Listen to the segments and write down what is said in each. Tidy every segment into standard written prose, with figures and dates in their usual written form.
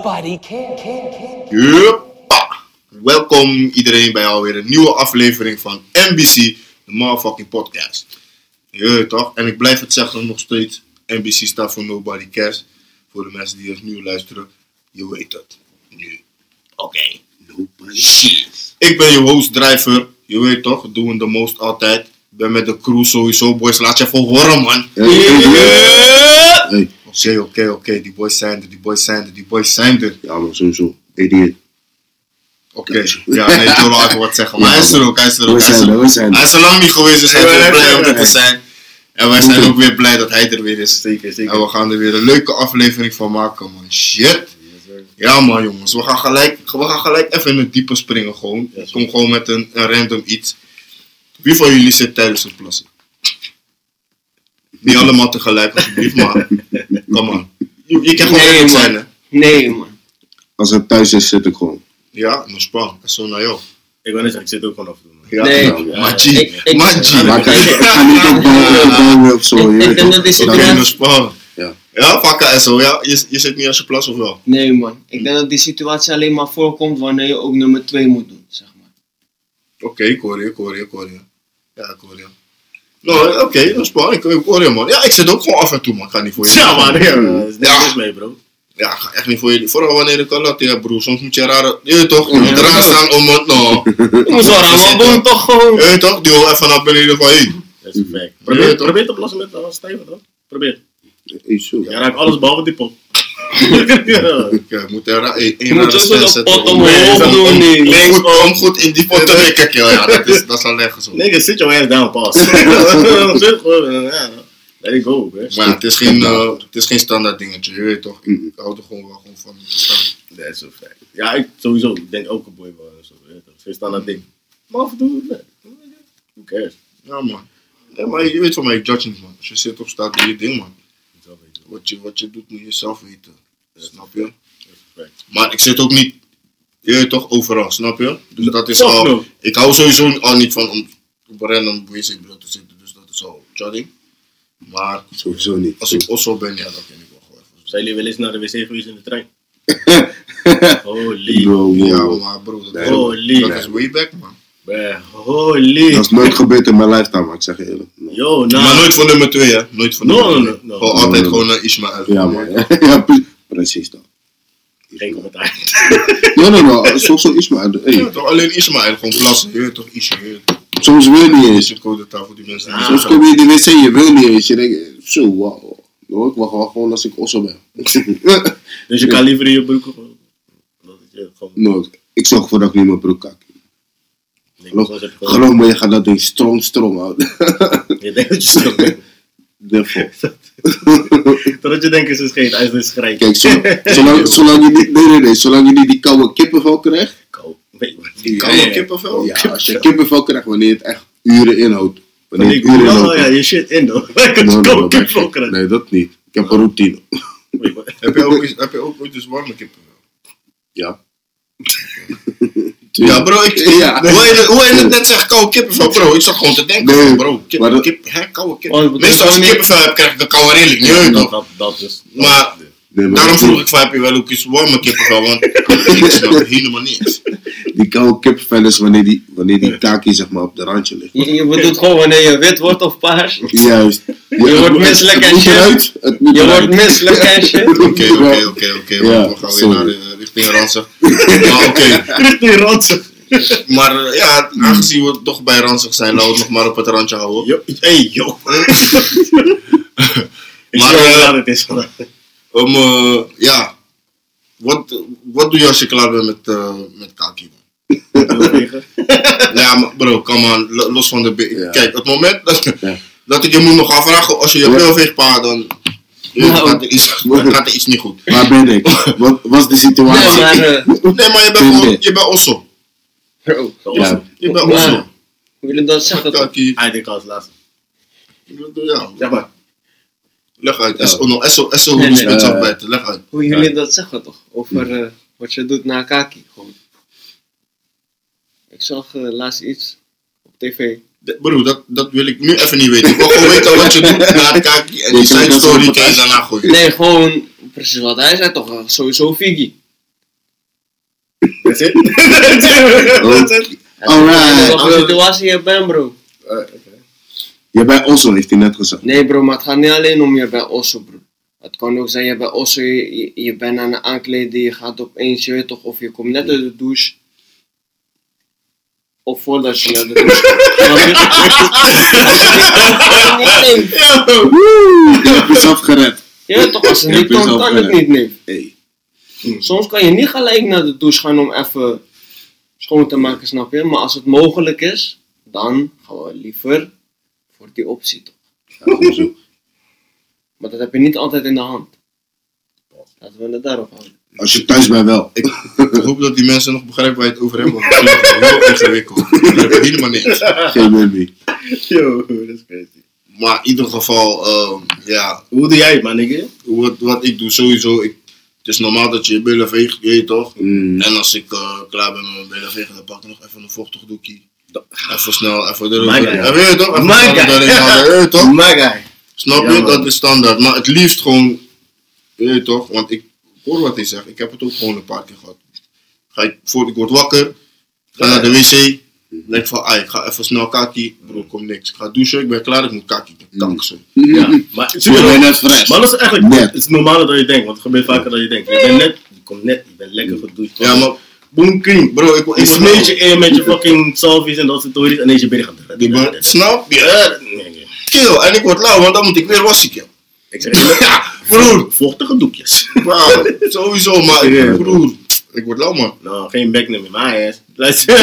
Nobody cares. Juppa. Welkom iedereen bij alweer een nieuwe aflevering van NBC, de motherfucking podcast. Je toch? En ik blijf het zeggen nog steeds. NBC staat voor Nobody Cares. Voor de mensen die ons nieuw luisteren, je weet het. Nu. Oké. Nobody shit. Ik ben je host driver. Je weet toch, doen the most altijd. Ik ben met de crew sowieso, boys. Laat je even horen, man. Oké. Die boys zijn er. Ja, maar sowieso. Idiot. Oké. Ja, nee, ik wil wel even wat zeggen. Maar hij is er ook. Hij is er lang niet geweest, dus hij is ook blij om er te zijn. En wij zijn ook weer blij dat hij er weer is. Zeker. En we gaan er weer een leuke aflevering van maken, man. Shit. Ja, man, jongens. We gaan gelijk even in het diepe springen, gewoon. Ik kom gewoon met een random iets. Wie van jullie zit tijdens het plassen? Niet allemaal tegelijk, alsjeblieft, maar... Kom on. Je kan gewoon eerlijk zijn, hè? Nee, man. Als het thuis is, zit ik gewoon. Ja, no spang. En zo naar jou. Ik wil niet zeggen, ik zit ook gewoon af en toe. Ja, Nee. Maar G. Maar kijk, ik ga niet op bouwen of zo. je weet Ik denk dat toch. deze Oké, no spang. Ja. Ja, vakken en zo, ja. Je zit niet als je plas of wel? Nee, man. Ik denk dat die situatie alleen maar voorkomt wanneer je ook nummer 2 moet doen, zeg maar. Oké, ik hoor je. Ja, ik hoor je. Nou, oké, no spang. Ik hoor je, man. Ja, ik zit ook gewoon af en toe, man. Ik ga niet voor je. Ja, man, er is niks mis mee, bro. Ja, ik ga echt niet voor jullie. Vooral wanneer ik al laat, ja, bro. Soms moet je rare... Je weet toch? Je moet raar staan om het, nou. Ik moet wel aan doen, toch gewoon. Je weet toch? Die wil even naar beneden van, hey. Dat is een fact. Probeer te plassen met stijven, toch? Probeer. Is zo. Je ruikt alles behalve die pot. Kijk, moet er één Je moet rare ook stijl een zetten. pot omhoog doen, nee. Om goed in die pot te werken, kill. Ja, dat is al leggen zo. Nigga, sit your ass down, pas. Zit gewoon, ja. Let it go, bro. Maar ja, het is geen standaard dingetje, je weet toch? Ik hou er gewoon van om te staan. Dat is een fact. Ja, ik sowieso. Ik denk ook een boy wel. Zo, weet je toch. Het is dan dat ding. Maar af en toe, nee. Who cares? Ja, man. Ja, maar je weet van mij, judge niet, man. Als je zit op staat, doe je ding, man. Wat je doet, moet je zelf weten. Snap je? Maar ik zit ook niet, je weet toch, overal, snap je? Dus dat is al... Ik hou sowieso al niet van om op een random wc-bril te zitten, dus dat is al chatting. Maar Sowieso niet. als ik Oslo ben, ja, dan kan ik wel gewoon even. Zijn jullie wel eens naar de wc geweest in de trein? Holy. Bro, Ja, wow. maar bro, dat is way back, man. Holy. Dat is nooit gebeurd in mijn lifetime, maar ik zeg je eerlijk. Nee. Yo, Maar nou. nooit voor nummer 2, hè? Nooit voor nummer 2. No. Gewoon altijd gewoon naar Ismaël. Ja, man. Ja, precies dat. Geen commentaar. Nee. Sowieso is maar. Je Hey, weet toch, alleen Ismaël, gewoon plassen. Je weet toch, Ismaël. Je weet toch. soms wil je niet Is eens. het code taal voor die mensen die Soms kom je in de wc, je wil niet eens. Je denkt, zo, wauw. Nou, ik wacht wel gewoon als ik osso ben. Dus je kan liever in je broek gewoon. Dat je gewoon. Nooit. Ik zorg ervoor dat ik niet mijn broek kak. Zoals heb je gewoon. Geloof me, je gaat dat ding strong houden. Je denkt dat je stil bent. Therefore. Totdat je denkt, is geen ijs, is schrijf. Kijk, zolang je niet, nee, zolang je niet die koude kippenvel krijgt. Die koude kippenvel? Ja, als je kippenvel krijgt, wanneer het echt uren inhoudt. Wanneer het Ik uren ja, inhoudt. je shit in hoor. Nee, dat niet. Ik heb een routine. Heb je ook ooit eens warme kippenvel? Ja. Ja, bro, Ja. Hoe je het net zegt, koude kippenvel, bro. Ik zat gewoon te denken, Nee, van, bro, maar dat- koude Oh, kippenvel. Meestal als ik kippenvel heb, krijg ik een koude rilling. Je weet toch? Dat is. Maar Nee, maar daarom vroeg ik van, heb je wel ook eens warme kippenvel, want ik snap helemaal niks. die koude kippenvel is wanneer die kaki zeg maar op de randje ligt. Je bedoelt gewoon wanneer je wit wordt of paars. Juist. Je wordt misselijk en shit. Je wordt misselijk en shit. Oké. Ja, We gaan weer sorry. naar richting ranzig. Maar oké. Richting ranzig. Maar ja, aangezien we toch bij ranzig zijn, laten we het nog maar op het randje houden. Hey, yo. Ik Maar, zie hoe laat het is vandaag. Ja, wat doe je als je klaar bent met kaki, man? Ja, maar bro, come on, los van de... Ja. Kijk, het moment Ja. dat ik je moet nog afvragen, als je je pil veegpaart, dan Nou. gaat er iets niet goed. Waar ben ik? Wat was de Nee, situatie? maar... Nee, maar je bent gewoon, je bent osso. Bro, Ja. Je bent Maar- osso. hoe jullie dat zeggen toch? Kaki, Hij denkt als laatste. ja, Ja, maar. leg uit. Ja. Esso, Nee, hoe nee. spits afbijten, leg uit. Hoe jullie dat zeggen toch? Over wat je doet na kaki. Gewoon. Ik zag laatst iets op tv. Bro, dat wil ik nu even niet weten. Ik wil gewoon weten wat je doet na het kaki en die Ik denk side dat story dat kan je daarna gooien. Nee, gewoon precies wat hij zei toch? Sowieso Figgy. That's it. Alright. Welke situatie je bent, bro? Je bij Osso, heeft hij net gezegd. Nee, bro, maar het gaat niet alleen om je bij Osso, bro. Het kan ook zijn, je bij Osso, je bent aan het aankleden, je gaat opeens, je weet toch, of je komt net uit de douche. Of voordat je naar de douche Je hebt jezelf gered. Je weet toch, als het niet kan, kan het niet, nee. Hey. Soms kan je niet gelijk naar de douche gaan om even schoon te maken, snap je? Maar als het mogelijk is, dan gaan we liever voor die optie, toch? Ja, gewoon zo. Maar dat heb je niet altijd in de hand. Laten we het daarop houden. Als je thuis bent wel. Ik hoop dat die mensen nog begrijpen waar je het over hebt. Want het is heel ingewikkeld. Ik heb helemaal niks. Geen baby. Yo, dat is crazy. Maar in ieder geval, ja, Hoe doe jij het, man, nigga? wat ik doe sowieso. Het is normaal dat je je billen veegt, je weet toch? Mm. En als ik klaar ben met mijn billen vegen, dan pak ik nog even een vochtig doekje. Even snel, even de My guy. Ja, weet je toch? Even My water guy. erin halen, weet je toch? My guy. Snap Ja, je? man. Dat is standaard. Maar het liefst gewoon, weet je toch? Want ik hoor wat hij zegt. Ik heb het ook gewoon een paar keer gehad. Ik word wakker, ga naar de wc. Denk van, ik ga even snel kaki. Bro, komt niks. Ik ga douchen, ik ben klaar, ik moet kaki. Kank zo. Ja, maar Je bent net fris. Maar dat is eigenlijk Net. het is normaler dan je denkt, want het gebeurt vaker dan je denkt. Je bent lekker gedoucht. Ja, maar boom, clean. bro, Je smeet je in met je fucking salvies en dat soort tories en ineens je binnen gaat. Snap je? Nee. Kill. En ik word lauw, want dan moet ik weer wassen, kill. Ik zeg je, Ja, broer. vochtige doekjes. Bro, sowieso, maar Ja. broer. Ik word lauw, man. Nou, geen backnummer, my ass. Luister.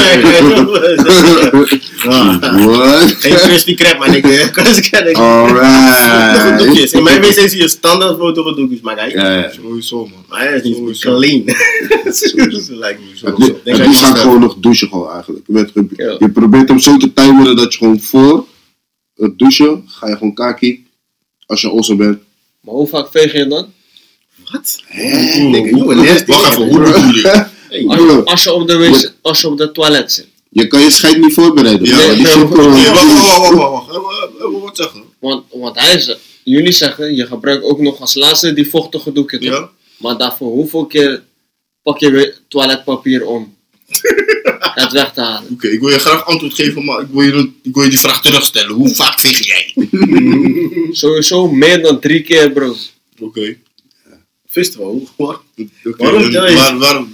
What? Geen crispy crab, man. Ik vochtige Alright. doekjes. In mijn wc zie je standaard foto doekjes, maar kijk. Ja, ja. Sowieso, man. Maar hij is niet Sowieso. clean. Zo lijkt me zo. Het Denk liefst ik gaat maar gewoon nog douchen gewoon eigenlijk. Ja. Je probeert hem zo te timeren dat je gewoon voor het douchen ga je gewoon kaki. Als je Osso bent. Maar hoe vaak veeg je dan? Wat? Denk ik, jongen, nasty. Wacht even, hoe bedoel je? Hey, Als je op de toilet zit. Je kan je scheid niet voorbereiden. Ja, bro. nee, Die nee, shit gewoon- Nee, wacht. Even wat zeggen. Want jullie zeggen, je gebruikt ook nog als laatste die vochtige doekje, toch? Ja? Maar daarvoor, hoeveel keer pak je weer toiletpapier om? Het weg te halen. Oké, ik wil je graag antwoord geven, maar ik wil je die vraag terugstellen. Hoe vaak veeg jij? Sowieso meer dan 3 keer, bro. Oké. Festival, hoor. Oké, Waarom en tel je-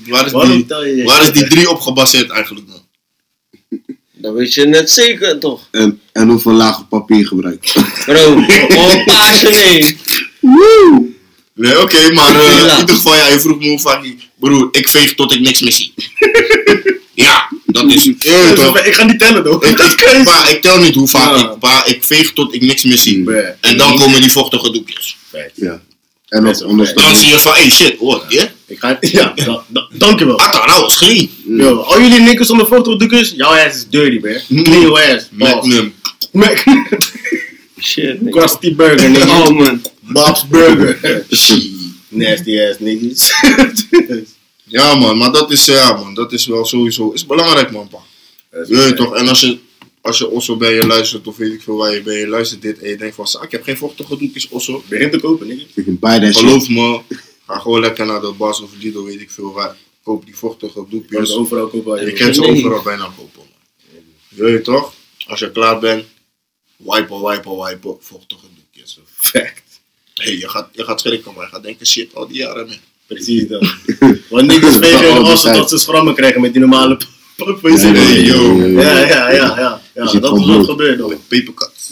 waar is die 3 op gebaseerd eigenlijk dan? Dat weet je net zeker, toch? En hoeveel lagen papier gebruikt. Bro, gewoon paasje nee. Nee, oké, maar Ja. in ieder geval, ja, je vroeg me hoe vaak broer, ik veeg tot ik niks meer zie. Ja, dat is toch? Ik ga niet tellen, toch? Maar ik tel niet hoe vaak Ja. maar ik veeg tot ik niks meer zie. Nee. En dan komen die vochtige doekjes. Ja. En Best nog wel. anders. Dan zie je van, hey shit, hoor je? Ik ga, ja, dankjewel. Atta, nou was clean. Yo, al jullie nikkers zonder fotodoekjes, jouw ass is dirty, man. Clean your ass. Magnum. Mac. Shit, nigga. Krusty Burger, nigga. Oh man. Bob's Burger. Nasty ass niggas. Ja man, maar dat is, dat is wel sowieso, is belangrijk man, pa. Je weet toch, en als je Osso bij je luistert, of weet ik veel waar je bij je luistert dit, en je denkt van, ik heb geen vochtige doekjes Osso. Begin te kopen, nigga. Ik can buy that shit. Geloof me, ga gewoon lekker naar de Bas of Lido, weet ik veel waar. Koop die vochtige Je kan doekjes. ze overal kopen waar Je je kent ze Nee. overal bijna kopen. Man. Je weet toch, als je klaar bent, wipen, vochtige doekjes. Fact. Hey, je gaat schrikken, maar je gaat denken, shit, al die jaren man. Precies dat. Want niks vegen Oh, als dat dat ze schrammen krijgen met die normale poepjes. Nee, nee, yo. Ja. Is het Dat is gewoon wat gebeurt, hoor. Papercuts.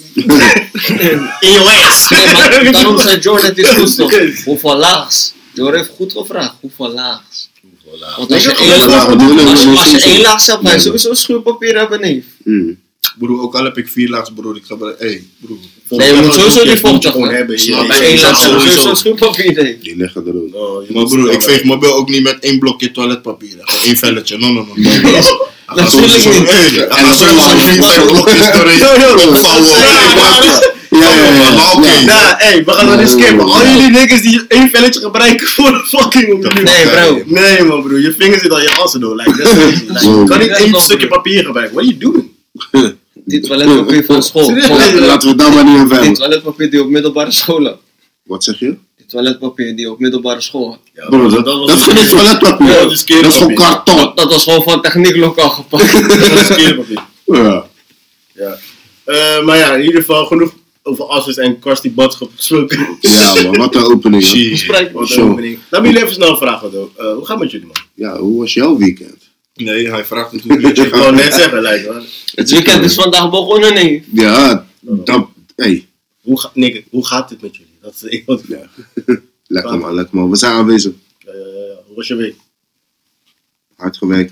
In your ass. Nee, maar daarom zei Jordan, het is goed toch? Hoeveel laags? Jordan heeft goed gevraagd, hoeveel laags? Want als je Nee, één nee, laag nee, nee, als nee, je nee, één laag hebt, ga je nee. sowieso schuurpapier hebben, nee. Mm. Broer, ook al heb ik 4 laags, broer, ik gebruik, broer. Nee, je moet sowieso die vochtig gewoon hè. hebben. Snap Bij je? één laag heb je Sowieso. sowieso schuurpapier, nee. Die liggen er ook. Oh, Maar broer, ik veeg mijn bel ook niet met 1 blokje toiletpapier. hè. Gewoon 1 velletje. No. Natuurlijk niet. Hij gaat sowieso 4, 5 blokjes doorheen opvouwen. Maar oké. Hey, we gaan naar de skip. Al jullie niggas die 1 velletje gebruiken voor een fucking Nee, bro. Nee, man, bro. Je vingers zitten al je assen door. Like, that's crazy. Like, je kan niet Dat is 1 toch, stukje bro. papier gebruiken. What are you doing? Dit toiletpapier van school. Serieus? Gewoon Laten we het daar maar niet over dit hebben. toiletpapier die op middelbare scholen. Wat zeg je? Dit toiletpapier die je op middelbare school had. Ja, Bro, dat is geen toiletpapier. Ja, Dat is gewoon karton. Dat was gewoon van technieklokaal gepakt. Dat is keerpapier. Ja. Ja. Maar ja, in ieder geval genoeg over Asses en Krusty Butts gesproken. Ja man, wat een opening. Hè? Shit. Wat Zo. een opening. Laat me jullie even snel vragen, though. Hoe gaat het met jullie, man? Ja, hoe was jouw weekend? Nee, hij vraagt het hoe met je Ik wou gaat. net zeggen, lijkt me. Het weekend is vandaag begonnen, nee. Ja, dat... Hey, Hoe gaat het met jullie? Dat is ik wat. ja. Lekker man. We zijn aanwezig. Hoe was je week? Hard gewerkt.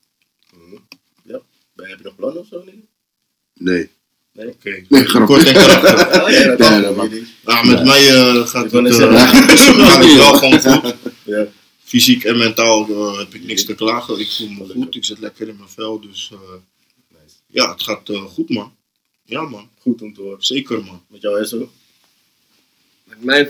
Ja. Heb je nog plannen of zo? Nee? Nee. Oké. Nee, grapje. Kort en krachtig. Oh, ja, dat Nee, kan. dat mag. Nou, met mij gaat Ik wou het, net zeggen. gaat het wel gewoon goed. Ja. Fysiek en mentaal heb ik niks te klagen. Ik voel me goed, ik zit lekker in mijn vel. Dus ja, het gaat goed man. Ja man, Goed om te horen. zeker man. Met jou is zo? Met mijn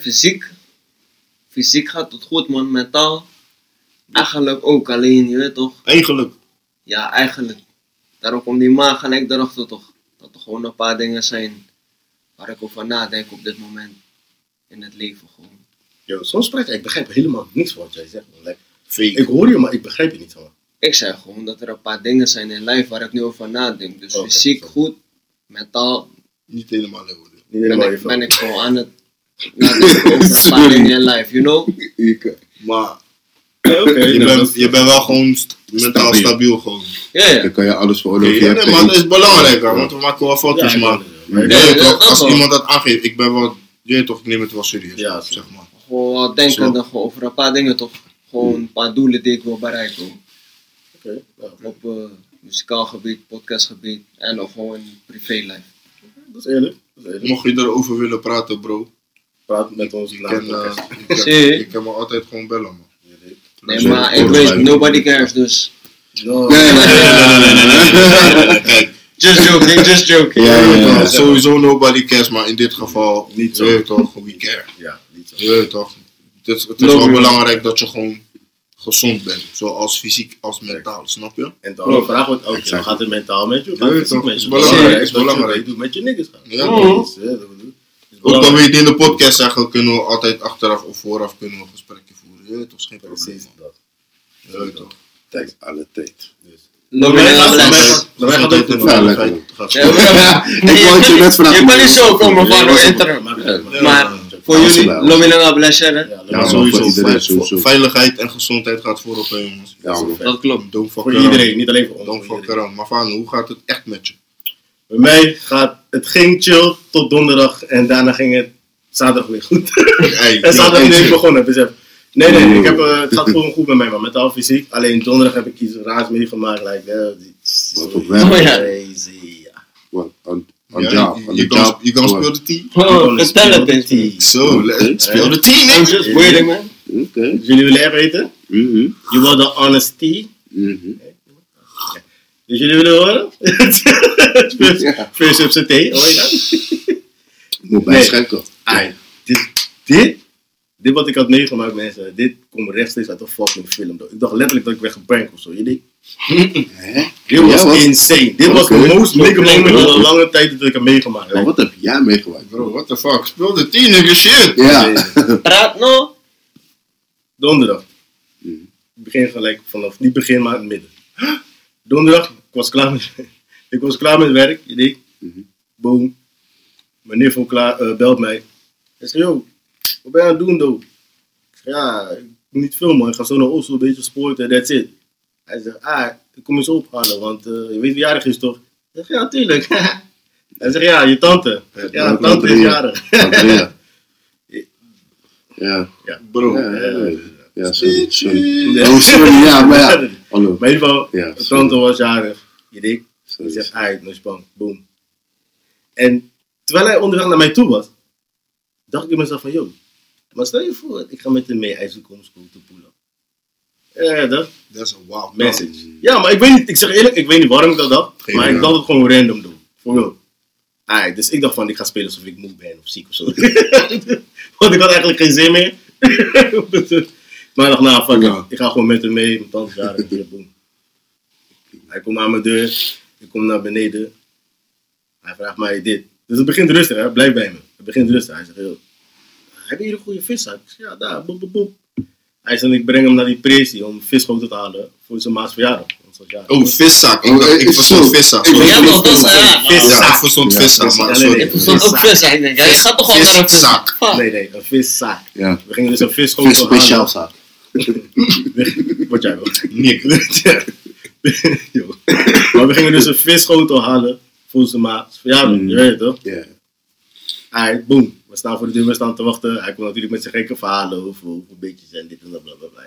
fysiek gaat het goed, man. Mentaal eigenlijk ook, alleen, je weet toch? Eigenlijk. Ja, eigenlijk. Daarom komt die maag gelijk erachter, toch? Dat er gewoon een paar dingen zijn waar ik over nadenk op dit moment in het leven gewoon. Yo, soms spreek ik begrijp helemaal niks van wat jij zegt, man. Like, Fake. ik hoor je, maar ik begrijp je niet van. Ik zeg gewoon dat er een paar dingen zijn in lijf waar ik nu over nadenk. Dus Oké, fysiek zo. goed, mentaal Niet helemaal in orde. Niet helemaal je ben van. ik gewoon aan het nadenken over een paar dingen in lijf, you know? Maar Oké, je bent wel gewoon mentaal stabiel gewoon. Ja, ja. Dan kan je alles Oké, veroorloven. ja, nee, maar dat is belangrijk hè, want we maken wel foto's maar. Ja, Je Ja, weet ja, toch, dat als wel. iemand dat aangeeft, ik ben wel, je weet toch, ik neem het wel serieus. Ja, zeg maar. Gewoon wat denken dan gewoon over een paar dingen toch? Gewoon een paar doelen die ik wil bereiken. Oké, nou, Op muzikaal gebied, podcastgebied en ook gewoon privéleven. dat is eerlijk. Dat is eerlijk. Mocht je erover willen praten bro, Praat met ons je na kan, de podcast. Zie. je kan me altijd gewoon bellen man. Nee, maar ik weet, nobody cares, dus. No. Nee. Kijk, Just joking. Ja. sowieso nobody cares, maar in dit geval, Niet zo. je weet toch, we care. Ja, niet zo. Je weet toch, het is wel belangrijk dat je gewoon gezond bent, zowel fysiek als mentaal, snap je? En dan vraag wordt ook, hoe gaat het mentaal met je? Hoe gaat het Ja, fysiek toch, met is je? belangrijk, is Dat je belangrijk. weet hoe het met je niggas gaat. Ja, dat is, ja, dat bedoel ik. Is Ook al belangrijk. weet je in de podcast zeggen, kunnen we altijd achteraf of vooraf kunnen we een gesprekje voeren. Je weet toch, is geen probleem. Precies man. dat. Je weet toch. Tijd, alle tijd. Dus. Nobody cares. Dan wij gaan het doen. Ja, lekker. Ja, Ik wou het je net vragen. Je kan niet zo komen van een interim. Maar Maar voor jullie, Lomina Blessure, ja, Ja, Sowieso, voor iedereen, vei- sowieso. veiligheid en gezondheid gaat voorop, hè, jongens. Ja, man. dat klopt. Don't fuck voor around. iedereen, niet alleen voor ons. Don't voor fuck iedereen. around. Maar Fano, hoe gaat het echt met je? Bij mij gaat het ging chill tot donderdag en daarna ging het zaterdag weer goed. Hey, En zaterdag yo, ineens begonnen, besef. Nee, ik heb, het gaat gewoon goed met mij, man. Mentaal, fysiek. Alleen donderdag heb ik iets raars meegemaakt. Wat op werk. Oh ja. Crazy, ja. What? On ja, job. On the je job. kan What? speel de team. Oh, vertel het eens. man. Zo, speel de team, I'm hè? just waiting, man. Oké. Dus jullie willen echt weten? Mhm. You want the honesty? Mhm. Dus jullie willen horen? First up zijn thee, hoor je dat? Moet bijschenken. Ai, dit wat ik had meegemaakt, mensen, dit komt rechtstreeks uit een fucking film. Ik dacht letterlijk dat ik werd geprankt of zo, je denkt. Hè? Dit was Ja, wat? insane. Dit was Oké. de most nigga moment in een lange tijd dat ik heb meegemaakt. Maar wat heb jij meegemaakt? Bro, what the fuck? Speel de team, nigga, shit. Ja. Praat nou. Donderdag. Mhm. Ik begin gelijk vanaf, niet begin, maar het midden. Donderdag, ik was klaar met werk, je denkt. Mhm. Boom. Mijn neef belt mij. Hij zegt, yo, wat ben je aan het doen, doe? Ik zeg, ja, ik moet niet veel, man. Ik ga zo naar Oslo, een beetje sporten, that's it. Hij zegt, ik kom je zo ophalen, want je weet wie jarig is, toch? Ik zeg, ja, tuurlijk. Hij zegt, ja, je tante. Ja, Ja, tante is Andrea. jarig. Andrea. Ja. Bro. Ja, sorry. Sorry. Ja. Oh, sorry. Ja, maar ja. Hallo. Maar in ieder geval, Ja, mijn sorry. tante was jarig. Je denkt, ik Sorry. zeg, no spang, boom. En terwijl hij onderweg naar mij toe was, dacht ik in mezelf van, yo, maar stel je voor, ik ga met hem mee IJzerkomst te poelen. Ja, dat Dat is een wild message. Ja, maar ik weet niet, ik zeg eerlijk, ik weet niet waarom ik dat dacht, Geen maar ik idee. dacht het gewoon random doen. Voor jou. Dus ik dacht van, ik ga spelen alsof ik moe ben of ziek of zo. Want ik had eigenlijk geen zin meer. Maar ik dacht, nou, fuck Ja. it. Ik ga gewoon met hem mee, mijn tante is jarig, ik zeg, boom. Hij komt aan mijn deur, ik kom naar beneden. Hij vraagt mij dit. Dus het begint rustig, hè? Blijf bij me. Het begint rustig. Hij zegt, yo, heb je hier een goede viszak? Ik zeg, ja, daar, boep, boep, boep. Hij zei, ik breng hem naar die Prezi om visgoten te halen voor zijn maas verjaardag. Oh, viszak. Oh, Ik verstond viszak. ik Sorry. Ja, maar dat is... Ja, ik verstond viszak, maar sorry. Ik verstond ook viszak. Ik denk, ja, je gaat toch wel naar een Viszak. viszak. Nee, een viszaak. Ja. We gingen dus een Vis visgoten speciaal halen. zaak. Wat jij wil. Nick. Yo. Maar we gingen dus een visgoten halen voor zijn maas verjaardag. Je weet het toch? Ja. Hij, boom. We staan voor de deur, we staan te wachten. Hij komt natuurlijk met zijn gekke verhalen over beetjes en dit en dat, blablabla.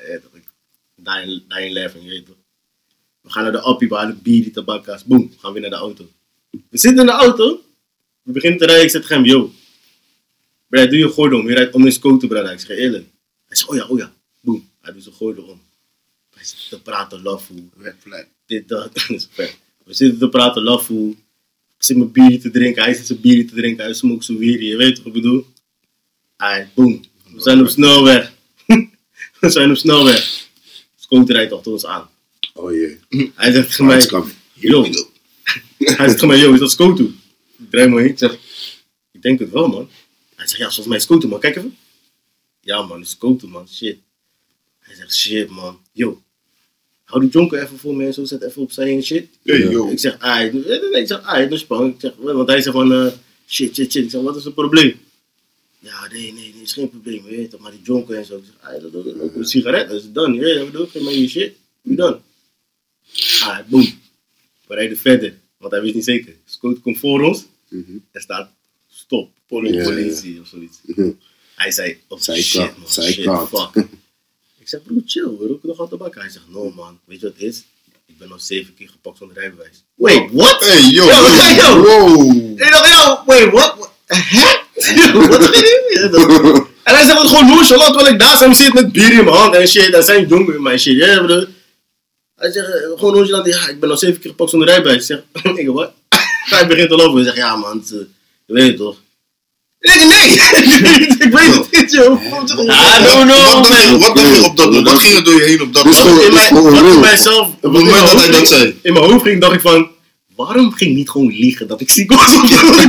Dying laughing, je weet toch. We gaan naar de appie, we halen bier, die tabakka's. Boom, gaan we weer naar de auto. We zitten in de auto. We beginnen te rijden, ik zeg tegen hem, yo. Brad, doe je gordel om. Je rijdt om in scooter, brad. Ik zeg, eerlijk. Hij zegt, oh ja. Boom, hij doet zijn gordel om. Hij zit te praten, lafoe. Red flag. Dit, dat. Dat is vet. We zitten te praten, lafoe. Ik zit mijn bier te drinken, hij zit zijn bier te drinken, hij smokes zo weer, je weet wat ik bedoel? Boom. We zijn op snelweg. We zijn op snelweg. Scooter rijdt achter ons aan. Oh jee. Hij zegt tegen mij, It's coming. yo. Hij zegt tegen mij, yo, is dat Scooter? Ik draai me heen, ik zeg, ik denk het wel, man. Hij zegt, ja, volgens mij is Scooter, man. Kijk even. Ja, man, is Scooter, man. Shit. Hij zegt, shit, man. Yo. Hou die jonker even voor me en zo, zet even opzij en shit. Hey, yo. Ik zeg, no spang. Ik zeg, want hij zegt van, shit. Ik zeg, wat is het probleem? Ja, nee, is geen probleem, je weet toch, maar die jonker en zo. Ik zeg, dat doe ook een sigaret, dat is het dan, je weet wat bedoel, geef mij je shit, wie dan? Boom. We rijden verder, want hij wist niet zeker. Scooter komt voor ons, er staat, stop, politie of zoiets. Hij zei, shit man, fuck. Ik zeg, bro, chill, we roken nog aan de bak. Hij zegt, no man, weet je wat het is? Ik ben al 7 keer gepakt zonder rijbewijs. Wait, what? Hey, yo. Yo. Wow. Wait, what? Hè? Wat ga je doen? En hij zegt het gewoon nonchalant, terwijl ik naast hem zit met bier in mijn hand en shit. En zijn jongen in mijn shit. Ja, bro. Hij zegt gewoon nonchalant, ja, ik ben al 7 keer gepakt zonder rijbewijs. Ik zeg, ik wat? Hij begint te lopen. Hij zegt, ja man, je weet het toch? Nee, ik weet het niet, joh. I don't know, Wat dacht je op dat moment? Wat ging er door je heen op dat Dus moment? gewoon- Mijzelf, Op het moment dat hij dat zei. in mijn hoofd ging, dacht ik van, waarom ging ik niet gewoon liegen dat ik ziek was?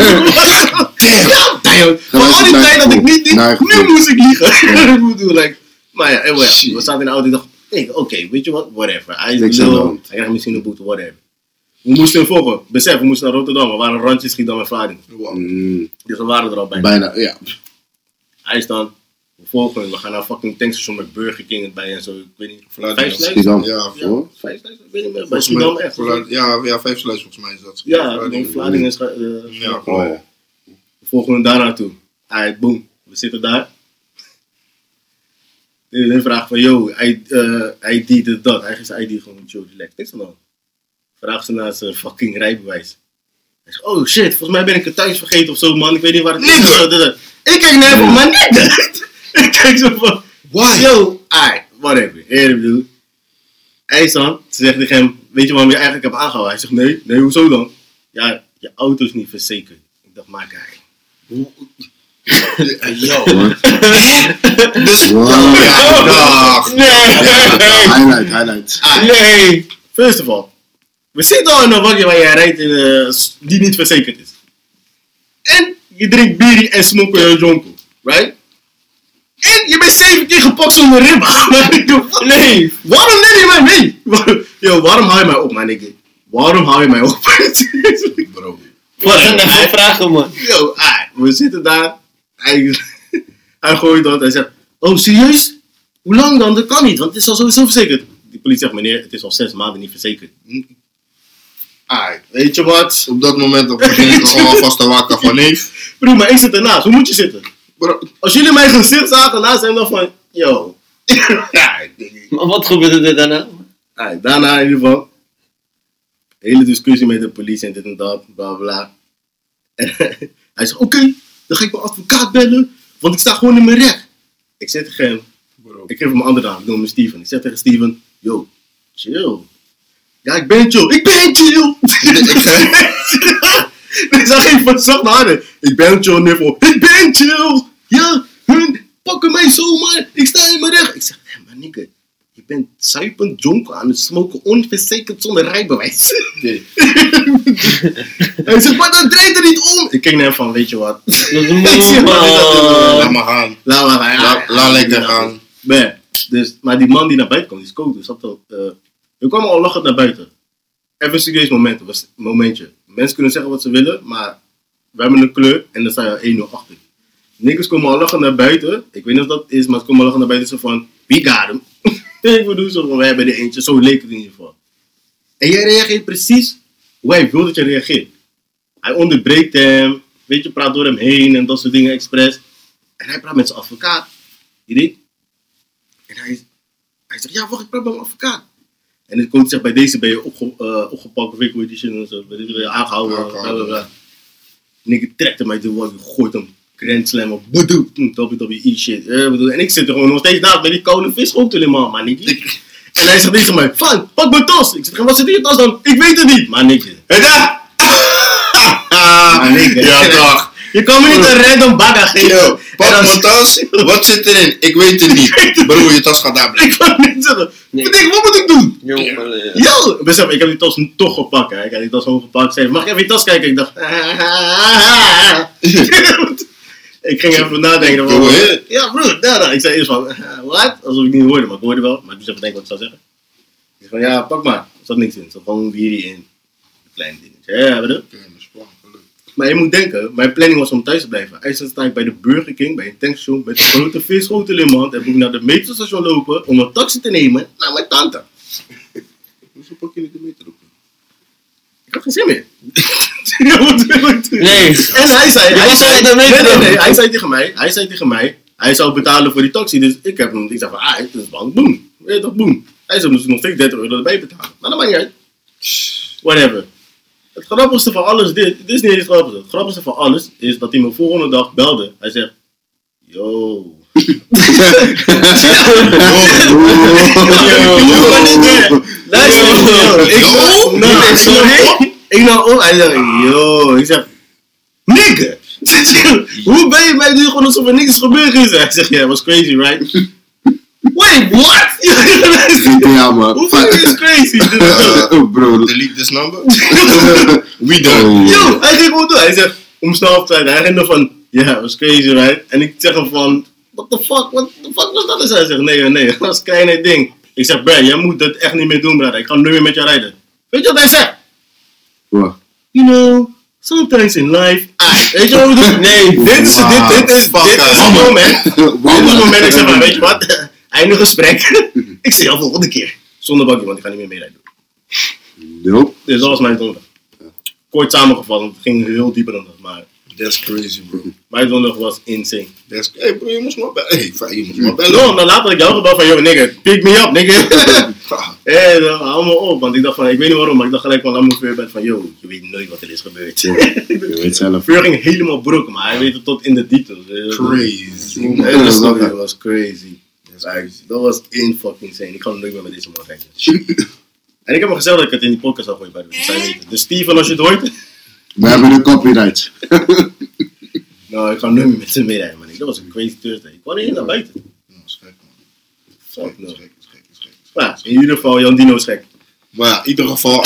Ja, damn. Voor al die tijd dat ik niet, nu moest ik liegen. Ik bedoel, like, maar ja, anyway, we zaten in de auto en dacht, oké, weet je wat, whatever. Hij is Niks aan de lul, hand. hij krijgt misschien een boete, whatever. We moesten hem volgen, besef, we moesten naar Rotterdam, we waren een randje Schiedam en Vlaardingen. Dus we waren er al bijna. Bijna, ja. Hij is dan, we volgen hem, we gaan naar fucking tankstation met Burger King erbij en zo, ik weet niet, Vlaardingen. 5 sluis? Schiedam. Ja, Hoor. 5 sluis? Ik weet niet meer, bij volgens Schiedam mij. echt. Ja, 5 sluis volgens mij is dat. Ja, ik denk Vlaardingen is... Ja, Oh, klopt. ja. We volgen hem daar naartoe. Hij, boom, we zitten daar. Hij vraagt van, yo, ID dit, dat. Hij geeft zijn ID gewoon, chill, relax. Niks aan de hand. Vraagt ze naar zijn fucking rijbewijs. Hij zegt, oh shit, volgens mij ben ik het thuis vergeten of zo, man. Ik weet niet waar het is. Ik kijk naar hem, maar niet. Ik kijk zo van, Why? yo, whatever. Ik bedoel. Hij is dan, ze zegt tegen hem, weet je waarom je eigenlijk hebt aangehouden? Hij zegt, nee, hoezo dan? Ja, je auto is niet verzekerd. Ik dacht, maar kijk. Yo. Dus, Wow. ja, dag. Highlight. Nee. First of all, we zitten al in een waggie waar jij rijdt die niet verzekerd is. En je drinkt bier en smoke je jonko, right? En je bent 7 keer gepakt zonder ribben. Nee, waarom neem je mij mee? Yo, waarom hou je mij op, man? Waarom hou je mij op? Bro. Wat zijn dat voor vragen, man? Yo, we zitten daar. Hij gooit dat. Hij zegt, oh serieus? Hoe lang dan? Dat kan niet, want het is al sowieso verzekerd. Die politie zegt, meneer, het is al 6 maanden niet verzekerd. Weet je wat? Op dat moment begin ik gewoon alvast te wakker van neef. Bro, maar ik zit ernaast. Hoe moet je zitten? Bro. Als jullie mijn gezicht zagen naast hem, dan van, yo. Maar wat gebeurde er daarna? Daarna in ieder geval. Hele discussie met de politie en dit en dat, bla bla. En hij zegt, oké, dan ga ik mijn advocaat bellen, want ik sta gewoon in mijn recht. Ik zeg tegen hem, ik geef hem een andere naam, ik noem hem Steven. Ik zeg tegen Steven, yo, chill. Ja, ik ben chill. Ik ben chill! Ik zag even van zacht naar harder. Ik ben chill, niveau. Ik ben chill! Ja, hun pakken mij zomaar. Ik sta in mijn recht. Ik zeg, maar nigga, je bent zuipend jonko aan het smoken onverzekerd zonder rijbewijs. Nee. Hij zegt, maar dat draait er niet om. Ik kijk naar hem van, weet je wat? Dat is Laat maar gaan. Laat maar gaan. Laat lekker gaan. Nee, dus, maar die man die naar buiten kwam, die is coach, dus we kwamen al lachend naar buiten. Even een serieus momentje. Mensen kunnen zeggen wat ze willen, maar we hebben een kleur en dan sta je 1-0 achter. Nikkers komen al lachend naar buiten. Ik weet niet of dat is, maar ze komen al lachend naar buiten zo van, we got him. Ik bedoel zo van, wij hebben er eentje, zo leek het in ieder geval. En jij reageert precies hoe hij wil dat je reageert. Hij onderbreekt hem, weet je, praat door hem heen en dat soort dingen expres. En hij praat met zijn advocaat. Je weet? En hij zegt, ja wacht, ik praat met mijn advocaat. En de coach zegt, bij deze ben je opgepakt, of ik weet die shit en zo. Bij deze ben je aangehouden, bla bla bla. Nigga trekt hem uit de wal, gooit hem grand slam op, WWE shit. En ik zit er gewoon nog steeds naast bij die koude vis ook helemaal, man. En hij zegt tegen mij, van, pak mijn tas. Ik zeg, wat zit in je tas dan? Ik weet het niet. Maar nigga. Maar nigga. Ja, toch. Je kan me niet een random bagger geven. Yo, pak mijn tas. Wat zit erin? Ik weet het niet. Broer, je tas gaat daar blijven. Ik kan niet zeggen. Nee. Ik denk, wat moet ik doen? Jongen, Yo! Besef, ik heb die tas toch gepakt. Hè. Ik heb die tas gewoon gepakt. Zei, mag ik even je tas kijken? Ik dacht... Ik ging even nadenken. Go ahead. Ja, broer. Ik zei eerst van... Wat? Alsof ik niet hoorde, maar ik hoorde wel. Maar ik moest even denken wat ik zou zeggen. Ik zei van, ja, pak maar. Er zat niks in. Er zat gewoon hier in. Een klein dingetje. Ja, bedoel. Maar je moet denken, mijn planning was om thuis te blijven. Eigenlijk sta ik bij de Burger King, bij een tankstation, met een grote visschotel in mijn hand. En moet ik naar de metrostation lopen om een taxi te nemen naar mijn tante. Hoezo pak je niet de meter op? Ik had geen zin meer. Nee. En hij zei Nee. hij zei tegen mij, hij zou betalen voor die taxi. Dus ik zei van, het is bang, boem. Weet je toch, boem. Hij zou dus nog steeds 30 euro erbij betalen. Maar dat maakt niet uit. Whatever. Het grappigste van alles, dit is niet het grappigste. Het grappigste van alles is dat hij me volgende dag belde. Hij zegt, yo. Ik nam op, hij zegt, yo. Ik zeg, nigga. Hoe ben je mij nu gewoon alsof er niks gebeurd is? Hij zegt, yeah, was crazy, right? Wait, what? Ja, man. Hoe fucking is crazy? Bro. Delete this number. We done. Yo, hij ging gewoon door. Hij zegt, om snel te zijn. Hij ging er van, ja, was crazy, right? En ik zeg hem van, what the fuck was dat? Dus hij zegt, nee, dat was een klein ding. Ik zeg, bro, jij moet dat echt niet meer doen, brother. Ik ga nu weer met je rijden. Weet je wat hij zegt? Wat? You know, sometimes in life, weet je wat we doen? Nee, dit is het moment. Dit is het moment, ik zeg maar, weet je wat? Einde gesprek. Ik zie jou volgende keer. Zonder bakje, want ik ga niet meer meerijden. Nope. Dus dat was mijn donderdag. Kort samengevat, want het ging heel dieper dan dat. Maar That's crazy, bro. mijn donderdag was insane. Hey, bro, je moest maar bellen. Hey, je moest maar bellen. No, maar later had ik jou gebeld van, yo, nigga, pick me up, nigga. Hou me op, want ik dacht van, ik weet niet waarom, maar ik dacht gelijk van, laat me weer bed van, yo, je weet nooit wat er is gebeurd. Je weet zelf. Vuur ging helemaal broken, maar hij weet het tot in de details. Crazy. De story was crazy. Dat was fucking insane. Ik ga nooit meer met deze man kijken. En ik heb hem gezegd dat ik het in die podcast zou gooien bij de weten. Dus Steven, als je het hoort. We hebben een copyright. Nou, ik ga nooit meer met hem meerijden, man. Dat was een crazy Thursday. Ik kwam niet naar buiten. Dat is gek, man. Fuck no. Dat is gek. Maar in ieder geval, Jan Dino is gek. Maar ja, in ieder geval,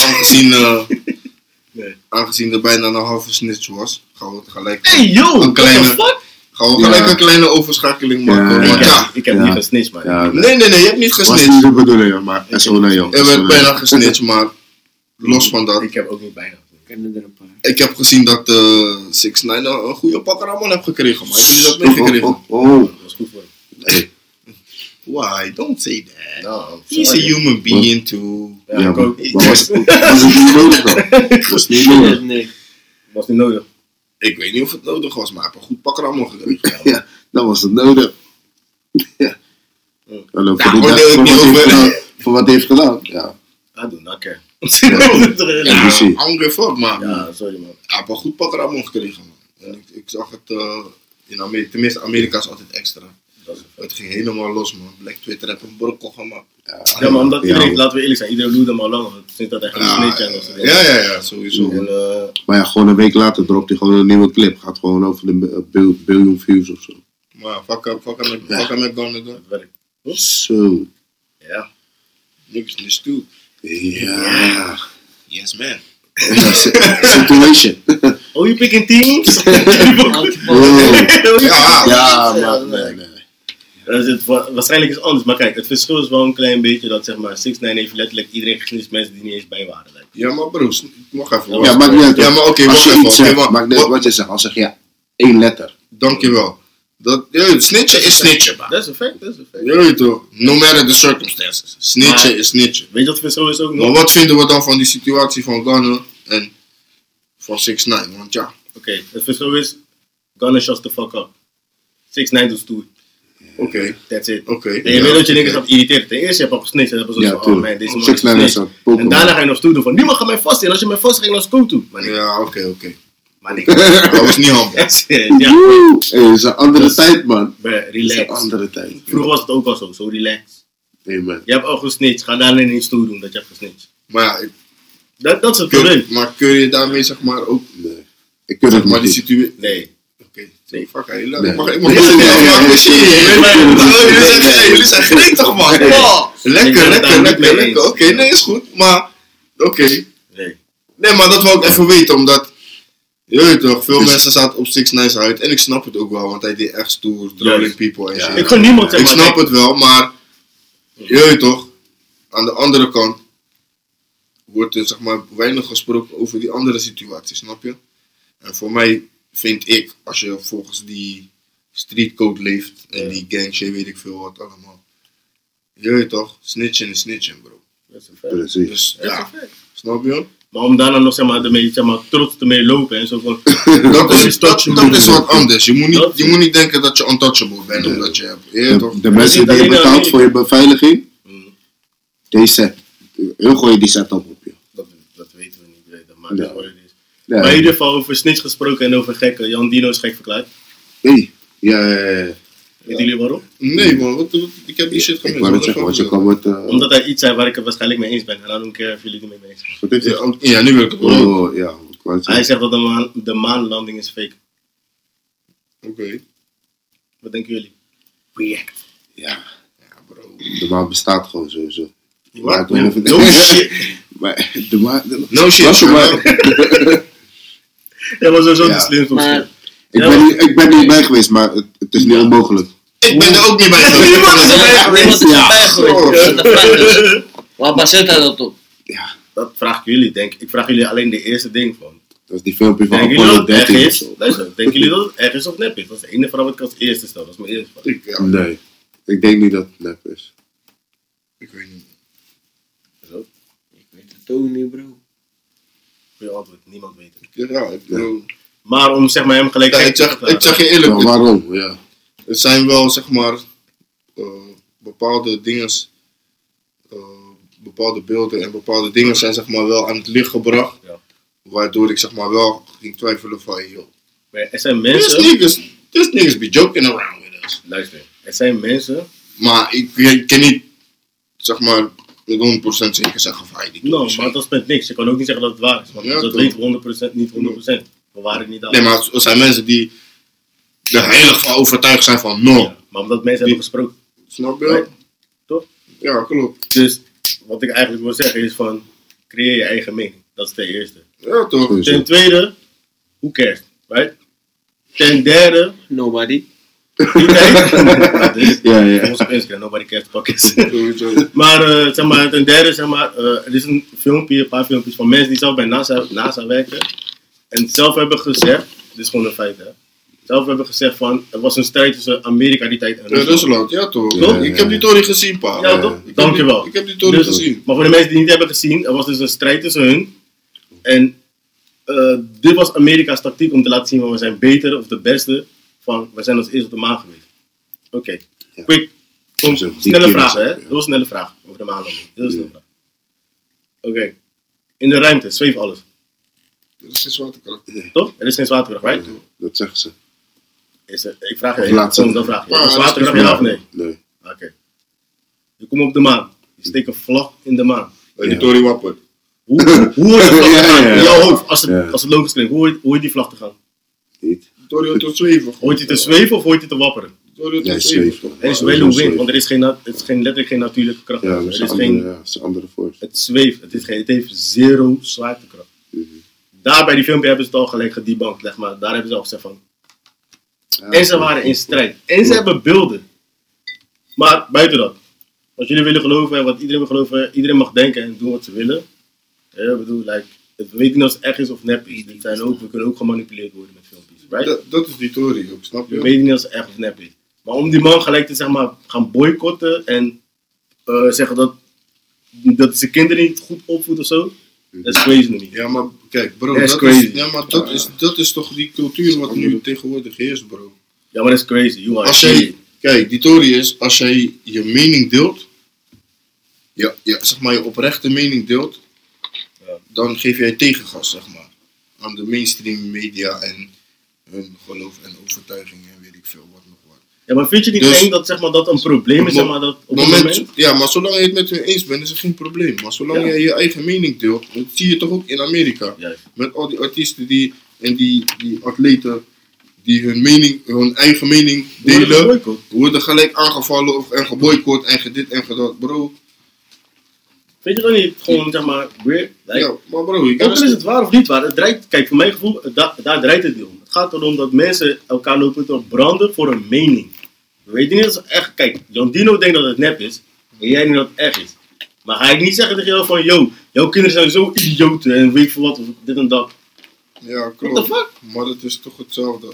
aangezien er bijna een halve snitch was, gaan we gelijk Hey, yo! een What kleine, the fuck? gaan we gelijk een kleine overschakeling maken. Ja, Want ja, Ik heb niet gesnitcht, man. Ja, nee, je hebt niet was gesnitcht. niet de bedoeling, maar SO naar jou. Er werd bijna gesnitcht, maar los van dat. Ik heb ook niet bijna. Ik ken er een paar. Ik heb gezien dat 6ix9ine een goede pakker allemaal heeft gekregen, maar jullie dat meegekregen. Oh. Dat was goed voor hem. Why? Don't say that. Nou, He's a human being too. Ja, Ja, ik maar ook. was het niet nodig dan? Was niet nodig. Nee. Was niet nodig. Ik weet niet of het nodig was, maar hij heeft een goed pakker allemaal gekregen. Ja, dan was het nodig. Ja. Hallo, Ja, oordeel ik niet over. voor wat hij heeft gedaan. Ja. I do not care. Ja, precies. I don't give a fuck, maar Ja, sorry man. hij heeft een goed pakker allemaal gekregen, man. En ik zag het in Amerika, tenminste Amerika is altijd extra. Dat is Het ging helemaal los, man. Black Twitter heeft een brokkel gemaakt. Ja, maar omdat iedereen, Ja. laten we eerlijk zijn, iedereen doet hem al lang. Sinds dat hij geen snitch en dat soort dingen. Ja, sowieso. En, Maar ja, gewoon een week later dropt hij gewoon een nieuwe clip. Gaat gewoon over de biljoen views of zo. Maar fuck up met Gunna. dat werkt. Zo. Ja. Niggas is too. Ja. Yes, man. Situation. Oh, you picking teams? Ja, maar nee. Dat is het, waarschijnlijk is het anders. Maar kijk, het verschil is wel een klein beetje dat zeg maar 6ix9ine heeft letterlijk iedereen gesnitcht, mensen die niet eens bij waren. Like. Ja, maar bro, mag even. Ja, maakt niet uit. Ja, maar oké, Als wacht je even. iets Oké, zegt, maar- maakt niet uit wat je zegt. Als zeg je ja, 1 letter. Dankjewel. Snitchen is snitchen, man. Dat is een fact, dat is een fact. Je weet toch? No matter the circumstances. Snitchen Maar- is snitchen. Weet je wat het verschil is ook nog? Maar wat vinden we dan van die situatie van Gunna en van 6ix9ine? Want ja, Oké, het verschil is, Gunna shuts the fuck up. 6ix9ine doet stoer. oké. That's it. Oké. En je weet dat je niks gaat irriteren. Ten eerste, je hebt al gesnitcht en dan hebben ze Ja, zo van, oh man, tuurlijk. deze man 6ix9ine is gesnitcht. een Pokémon. En daarna ga je nog stoer doen van, niemand gaat mij vast in. Als je mij vast ging, dan is het toe. Maar nee, Ja, oké. maar nee. Dat was niet handig. Ja, Woe! Hey, dat is een andere Dus- tijd, man. maar Dat is een relax. andere tijd. Vroeger was het ook al zo relax. Amen. Je hebt al gesnitcht, ga daarna niet stoer doen dat je hebt gesnitcht. Maar ja, Dat is het probleem. kun je daarmee zeg maar ook Nee. Ik kan zeg het maar die niet. situatie... Nee. Oké, Nee. fuck, hey, Nee. ik mag Nee. jullie zijn gretig, man. Oh, lekker. Oké, nee, is goed. Maar, oké. Nee. Nee, maar dat wou ik even weten, omdat... Je weet toch, veel Dus- mensen zaten op 6ix9ine's uit. En ik snap het ook wel, want hij deed echt stoer, trolling Juist. people en Ja. shit. Ik kan niemand Ik zeggen, maar snap het wel, maar... Je weet toch, aan de andere kant... wordt er zeg maar weinig gesproken over die andere situatie, snap je? En voor mij vind ik, als je volgens die streetcode leeft en die gang shit, weet ik veel wat allemaal. Je weet toch, snitchen is snitchen, bro. dat is een fact. Precies. Dus Dat is ja, een fact. snap je? Maar om daarna nog zeg maar, ermee, zeg maar trots te mee lopen en zo van... Dat is wat anders. Je Dat- moet niet denken dat je untouchable bent, omdat je hebt. Je weet toch? De mensen die je betaalt voor je beveiliging, Mm, deze set. Heel gooi je die set op je. dat weten we niet, maar dat is wat het is. Ja. Maar in ieder geval over snitch gesproken en over gekken. Jan Dino is gek verklaard. Hey. Ja. Weten jullie waarom? Nee man, ik heb die shit gemist. Ik wou het zeggen, want je kan met... Omdat hij iets zei waar ik het waarschijnlijk mee eens ben. En dan don't care of jullie het mee eens zijn. Wat heeft hij? Ja, nu wil ik het horen. Oh, ja. Ik wou het Hij zeggen. zegt dat de maanlanding is fake. Oké. Wat denken jullie? React. Ja. Ja bro. De maan bestaat gewoon sowieso. Wat? ik weet niet of het- No shit. Maar de maan... No shit, Was er bro. maar- Ja, maar sowieso Ja. de slimste Maar Ik ben niet bij geweest, maar het is niet onmogelijk. Ik ben er ook niet bij Niemand is erbij geweest. geweest. niemand is Ja. erbij geweest. De vraag is, waar baseert hij dat op? Dat vraag ik jullie, denk ik. Ik vraag jullie alleen de eerste ding van. Dat is die filmpje van Denken jullie Apollo dat het 13 erg of is? zo. Luister, denken jullie dat het erg is of nep is? Dat is de enige vraag wat ik als eerste stel. Dat is mijn eerste vraag. Ja, Nee. Ik denk niet dat het nep is. ik weet niet. Zo, Ik weet het ook niet, bro. goeie antwoord. Niemand weet het. Ja, ik bedoel... Maar om zeg maar hem gelijk Ja, gek ik te zeg verklaren. je eerlijk, Maar waarom? Ja. er zijn wel zeg maar bepaalde dingen, bepaalde beelden en bepaalde dingen zijn zeg maar wel aan het licht gebracht. Ja. Waardoor ik zeg maar wel ging twijfelen van, joh, Maar er zijn this mensen... niggas be joking around with us. Luister, er zijn mensen... Maar ik kan niet zeg maar met 100% zeker zeggen van, die No, maar dat is met niks. Je kan ook niet zeggen dat het waar is. Want Ja, dat toch. weten we 100% niet 100%. We waren het niet aan. Nee, maar er zijn mensen die er heilig van overtuigd zijn van, no. Ja, maar omdat mensen hebben gesproken. Snap je? Right. Toch? Ja, klopt. Dus wat ik eigenlijk wil zeggen is van... Creëer je eigen mening. Dat is ten eerste. Ja, toch. Sowieso. Ten tweede... Who cares? Right? Ten derde... Nobody. Die tijd... Ja. Volgens op Instagram, nobody cares pockets. Sowieso. Maar, zeg maar, ten derde, zeg maar, er is een filmpje, een paar filmpjes van mensen die zelf bij NASA werken. En zelf hebben gezegd, dit is gewoon een feit hè. Zelf hebben gezegd van, er was een strijd tussen Amerika die tijd en Rusland. Rusland, ja toch. Ja, Ik heb die Tory gezien, pa. Ja, toch? Ik heb Dankjewel. die- Ik heb die Tory Dus- gezien. Maar voor de mensen die niet hebben gezien, er was dus een strijd tussen hun. En dit was Amerika's tactiek om te laten zien van we zijn beter of de beste. Van we zijn als eerste op de maan geweest. Oké. Ja. Quick. Kom, Zo, die snelle keer vragen is hè. het, ja. Heel snelle vraag over de maanlanding. Heel snelle Ja. vraag. Oké. In de ruimte, zweeft alles. Dat is geen zwaartekracht. Toch? Er is geen zwaartekracht, right? Dat zeggen ze. Ik vraag je Of even, laat ze- gewoon dat vraag je. Ja, Is dat is zwaartekracht goed. ja of nee? Nee. Oké. Je komt op de maan. Je steekt een vlag in de maan. Die Ja. Tory wappert. Hoe hoort de vlag te gaan? Ja. In jouw hoofd, als Ja. het logisch klinkt, hoe hoort die vlag te gaan? Niet. Die Tory wordt tot zweven. Hoort hij te zweven of hoort hij te wapperen? Ja, zweeft toch. Er is wel een wind, want er is letterlijk geen natuurlijke kracht. Ja, er dat is is geen, een andere force. het zweeft, het heeft zero zwaartekracht. Daar bij die filmpje hebben ze het al gelijk gedebankt, zeg maar. Daar hebben ze al gezegd van. Ja, En ze waren in strijd. En ze hebben beelden. Maar buiten dat. Als jullie willen geloven, wat iedereen wil geloven, iedereen mag denken en doen wat ze willen. Ja, ik bedoel, we weten niet of het echt is of nep is. We kunnen ook gemanipuleerd worden met filmpjes, right? Dat is die theorie ook, snap We je? weten niet of het echt of nep is. Maar om die man gelijk te zeg maar, gaan boycotten en zeggen dat hij zijn kinderen niet goed opvoedt of zo, dat is crazy nog niet. Ja, maar kijk, bro, Dat is dat crazy. is, ja, maar dat is toch die cultuur wat nu tegenwoordig heerst, bro. Ja, maar dat is crazy. You are Als jij, kijk, die theorie is, als jij je mening deelt, zeg maar je oprechte mening deelt, Ja. dan geef jij tegengas, zeg maar, aan de mainstream media en hun geloof en overtuigingen en weet ik veel wat nog wat. Ja, maar vind je niet Dus- eng dat, zeg maar, dat een probleem is, zeg maar, dat op het moment? Ja, maar zolang je het met hun eens bent, is er geen probleem. Maar zolang Ja. jij je eigen mening deelt, dat zie je toch ook in Amerika. Juist. Met al die artiesten en die atleten die hun eigen mening Worden delen, geboycott. worden gelijk aangevallen en geboycott en gedit en gedaan. Bro, Vind je dat niet gewoon, zeg maar, weird? Like, ja, maar bro, je ook kan al is het waar of niet waar, het draait, kijk, voor mijn gevoel, daar draait het niet om. Het gaat erom dat mensen elkaar lopen te branden voor een mening. We weten niet of het echt, kijk, John Dino denkt dat het nep is, en jij denkt dat het echt is. Maar ga ik niet zeggen tegen jou van, yo, jouw kinderen zijn zo idioten en weet je veel wat, of dit en dat. Ja, What klopt. the fuck? Maar het is toch hetzelfde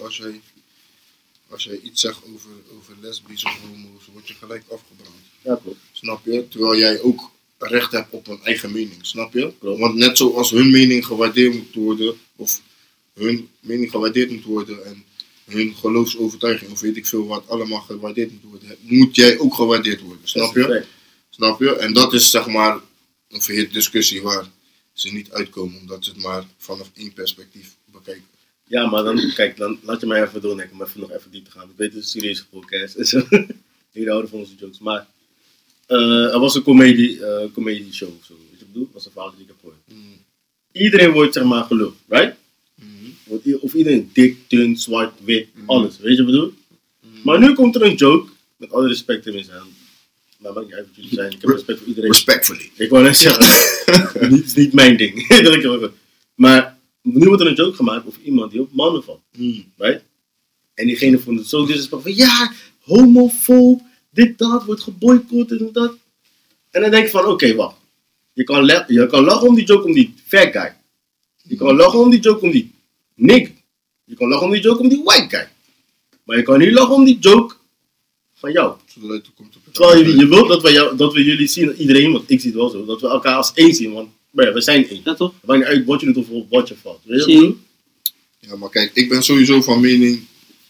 als jij iets zegt over lesbisch of homo's, word je gelijk afgebrand. Ja, klopt. Snap je? Terwijl jij ook recht hebt op een eigen mening, snap je? Klopt. Want net zoals hun mening gewaardeerd moet worden, of hun mening gewaardeerd moet worden en hun geloofsovertuiging, of weet ik veel wat, allemaal gewaardeerd moet worden, moet jij ook gewaardeerd worden, snap Dat is je? een fact. Snap je? En dat is zeg maar een verhit discussie waar ze niet uitkomen, omdat ze het maar vanaf één perspectief bekijken. Ja, maar dan, kijk, dan laat je mij even doordenken om even nog even diep te gaan. Ik weet het is een serieuze podcast en zo. Jullie houden van onze jokes, maar er was een comedy show of zo. Weet je wat ik bedoel? Dat was een verhaal die ik heb gehoord. Iedereen wordt zeg maar geluld, right? Of iedereen dik, dun, zwart, wit, alles. Weet je wat ik bedoel? Maar nu komt er een joke, met alle respect in zijn. Maar maakt niet uit wat jullie zijn, ik heb respect voor iedereen. Respectfully. Ik wou net zeggen, het is niet mijn ding. Dat ik wel- maar nu wordt er een joke gemaakt over iemand die op mannen valt. Right? En diegene vond het zo disrespectvol van ja, homofoob, dit, dat, wordt geboycott en dat. En dan denk ik van oké, wacht. Je kan lachen om die joke om die fat guy. Je kan lachen om die joke om die nigger. Je kan lachen om die joke om die white guy. Maar je kan niet lachen om die joke van jou. Zodra je toekomt op het Terwijl je wilt dat we jullie zien, iedereen, want ik zie het wel zo, dat we elkaar als één zien, want we zijn één. Ja, toch? Het maakt niet uit wat je doet of wat je valt. Weet je wat Zie ik je? bedoel? Ja, maar kijk, ik ben sowieso van mening,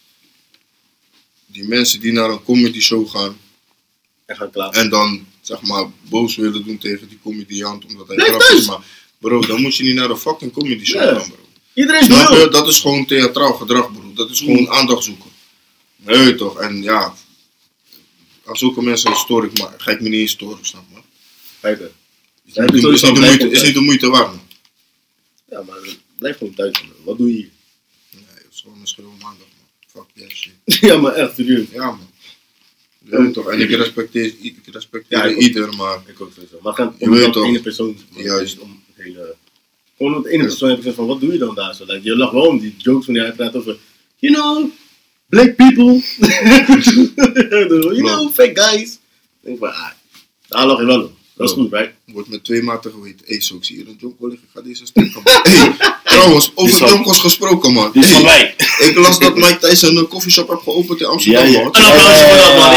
die mensen die naar een comedy show gaan En ga klaar. en dan zeg maar boos willen doen tegen die comediant omdat hij Blijf grappig thuis. is, maar bro, dan moet je niet naar een fucking comedy show Ja. gaan, bro. Iedereen is Snap je? wil. Dat is gewoon theatraal gedrag, bro. Dat is gewoon aandacht zoeken. Nee, toch? En ja, als zulke mensen stoor ik, maar ga ik me niet eens storen, snap je? Kijk, Is niet de moeite waard, man. Ja, maar blijf gewoon thuis. Man. Wat doe je hier? Nee, het is gewoon een schreeuw om aandacht, man. Fuck that shit. Ja, maar echt serieus. Ja, man. Ja, toch? En ik respecteer Ja, ik ook. ieder, maar Ik ook sowieso. Maar gaan Je om weet dat toch. ene persoon. Juist. Om het hele. Gewoon om het ene persoon heb ik gezegd van wat doe je dan daar zo? Like, je lacht wel om die jokes wanneer hij praat over, you know, black people. you know, fake guys. Ik denk van, daar lach je wel om. Dat is goed, right? wordt met twee maten geweten. Hé, zo, ik zie hier een jonko liggen. Ik ga deze stukken, man. Hey, trouwens, over jonkos gesproken, man. Die is van Hey, mij. ik las dat Mike Tyson een koffieshop heeft geopend in Amsterdam, Ja, ja. man. Een applaus voor dat, man.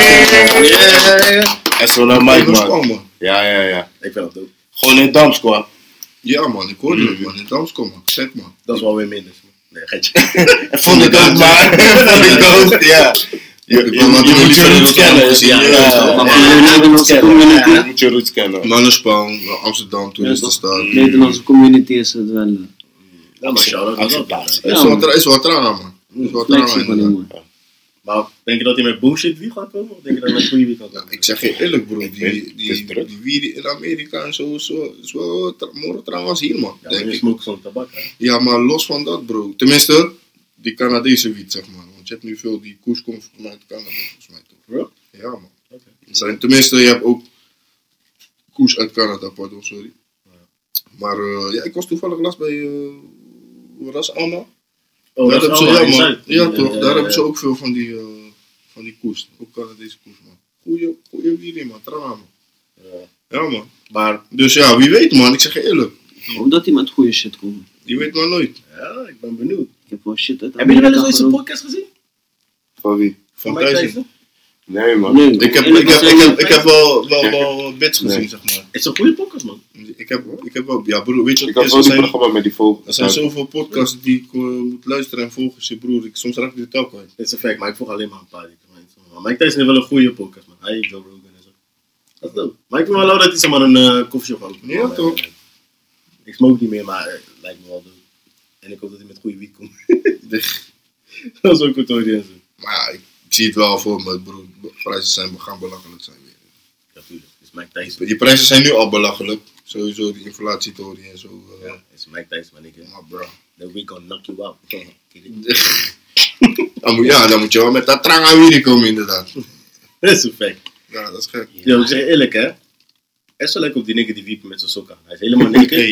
Yeah. En zo naar Mike, Dat kwam, man. Ja. Ik vind dat ook. Gewoon in Damsquad. Ja, man, ik hoorde het, man. In Damskom, man. Zeg, man. Dat is wel weer minder. Nee, geitje. Vond ik ook, maar. Vond ik ook, ja. Je moet je roots kennen. Je moet je roots kennen. Mannenspaan, Amsterdam, toeristenstad. Nederlandse community is het wel. Ja, maar shout-out. Acceptatie. Is wat trana, man. Is wat trana, Flexie van die inderdaad. man. Maar denk je dat hij met bullshit wie gaat komen? Of denk je dat hij met goede wie gaat Ja, komen? ik zeg je eerlijk, bro. Ik weet, het is Die druk. wieren in Amerika en zo is wel more trouwens hier, man. Ja, Denk maar je ik. smokt zo'n tabak. Hè? Ja, maar los van dat, bro. Tenminste, die Canadese wiet, zeg maar. Want Want je hebt nu veel die koers komt volgens mij uit Canada, volgens mij toch? Bro? Ja, man. Oké. Tenminste, je hebt ook koers uit Canada, pardon, sorry. Maar ja, ik was toevallig laatst bij, hoe was het allemaal? Oh, Daar dat is hebben ze, allemaal ja, in man. Zuid. Ja, toch, daar hebben ze ook veel van die koers. Ook Canadese koers, man. Goeie wierie, man. Trama, man. Ja, man. Maar, Dus ja, wie weet, man. Ik zeg je eerlijk. Omdat hij met goede shit komt. Je weet maar nooit. ja, ik ben benieuwd. Ik heb wel shit uit Hebben jullie wel eens Amerika ooit een gedaan. podcast gezien? Van wie? Van Mike Tyson. Tyson? Nee, man. Nee, Ik heb wel bits gezien, zeg maar. Het is een goede podcast, man. Ik heb wel, ja broer, weet je Ik wat had het wel is? die programma met die vogels. Er zijn zoveel podcasts die ik moet luisteren en volgen, je broer. Soms raak ik de tel kwijt. Het is een fact, maar ik volg alleen maar een paar. Maar Mike Tyson heeft wel een goede podcast, man. Hij heeft Joe Rogan en zo. Dat is dope. Maar ik vind wel leuk dat hij zeg maar een koffieshop ook. Ja, toch? Ik smoke niet meer, maar het lijkt me wel dope. En ik hoop dat hij met goede wiet komt. Dat is ook goed hoor, die en zo. Maar ja, ik zie het wel voor me, broer. De prijzen gaan belachelijk zijn weer. Ja, tuurlijk. Het is Mike Tyson. Die prijzen zijn nu al belachelijk. Sowieso die inflatietheorie en zo. Ja, het is Mike Tyson, maar ik. Maar bro. The week gonna knock you out. Dan moet je wel met dat trang aan wieren komen inderdaad. Dat is een fact. Ja, dat is gek. Yo, ik zeg je eerlijk hè. Hij is zo lekker op die nigger die wiepen met zijn sokken. Hij is helemaal naked. Hey,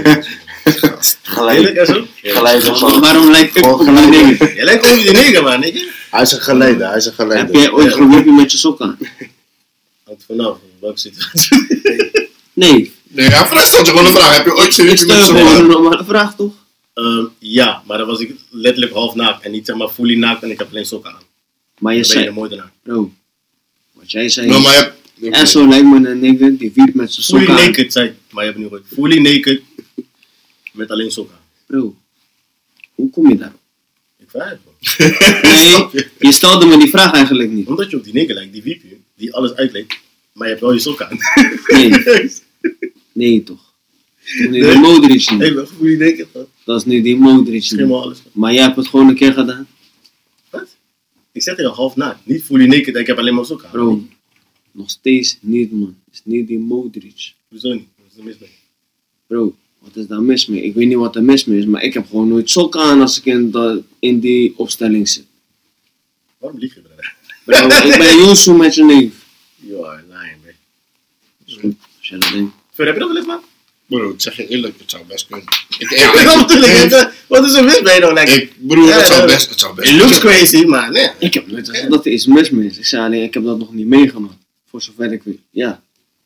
Eerlijk en zo? Geleider van. Waarom lijkt ik op die dingen? Jij lijkt ook op die nigger man, nigger. Hij is een geleider, hij is een Heb geleider. jij ooit gewipt met je sok aan? Hangt vanaf, in welke situatie. Nee. Nee, ja, vrij stond je gewoon een vraag. Heb je ooit Ik zoiets met stel zo'n gewoon een man? normale vraag toch? Ja, maar dan was ik letterlijk half naakt. En niet zeg maar fully naakt en ik heb alleen sokken aan. Maar je Dan ben je zei, een moordenaar. bro, wat jij zei. Nou, maar je hebt... En zo lijkt me een nigger die wiep met zijn sok Fully aan. naked, zei ik. Maar je hebt het niet gehoord. Fully naked. Met alleen sokken aan. Bro, hoe kom je daarop? Ik vraag het gewoon. Nee, je stelde me die vraag eigenlijk niet. Omdat je op die nigger lijkt, die wiep je. Die alles uitleekt. Maar je hebt wel je sokken aan. Nee, nee toch. Dat is nu Nee. die Modric Hé, niet. ben fully naked. Man. Dat is nu die Modric niet. Helemaal alles. Maar jij hebt het gewoon een keer gedaan. Wat? Ik zeg tegen half naakt. Niet fully naked en ik heb alleen maar sokken aan. Bro, nog steeds niet man. Het is niet die Modric. Hoezo niet? Wat is er mis mee? Bro, wat is daar mis mee? Ik weet niet wat er mis mee is, maar ik heb gewoon nooit sokken aan als ik in die opstelling zit. Waarom lieg je erbij? Bro, ik ben Yusu met je neef. You are lying, man. Is goed, als jij dat denkt. Ver, heb je dat wel eens, man? Bro, ik zeg je eerlijk, het zou best kunnen. Ja, natuurlijk. Wat is er mis mee dan? Like, Broer, Ja, het zou ja. best it looks kunnen. crazy, maar nee. Ik heb nooit gezegd dat er iets mis mee is. Ik zei alleen, ik heb dat nog niet meegemaakt. Voor zover ik weet. Ja.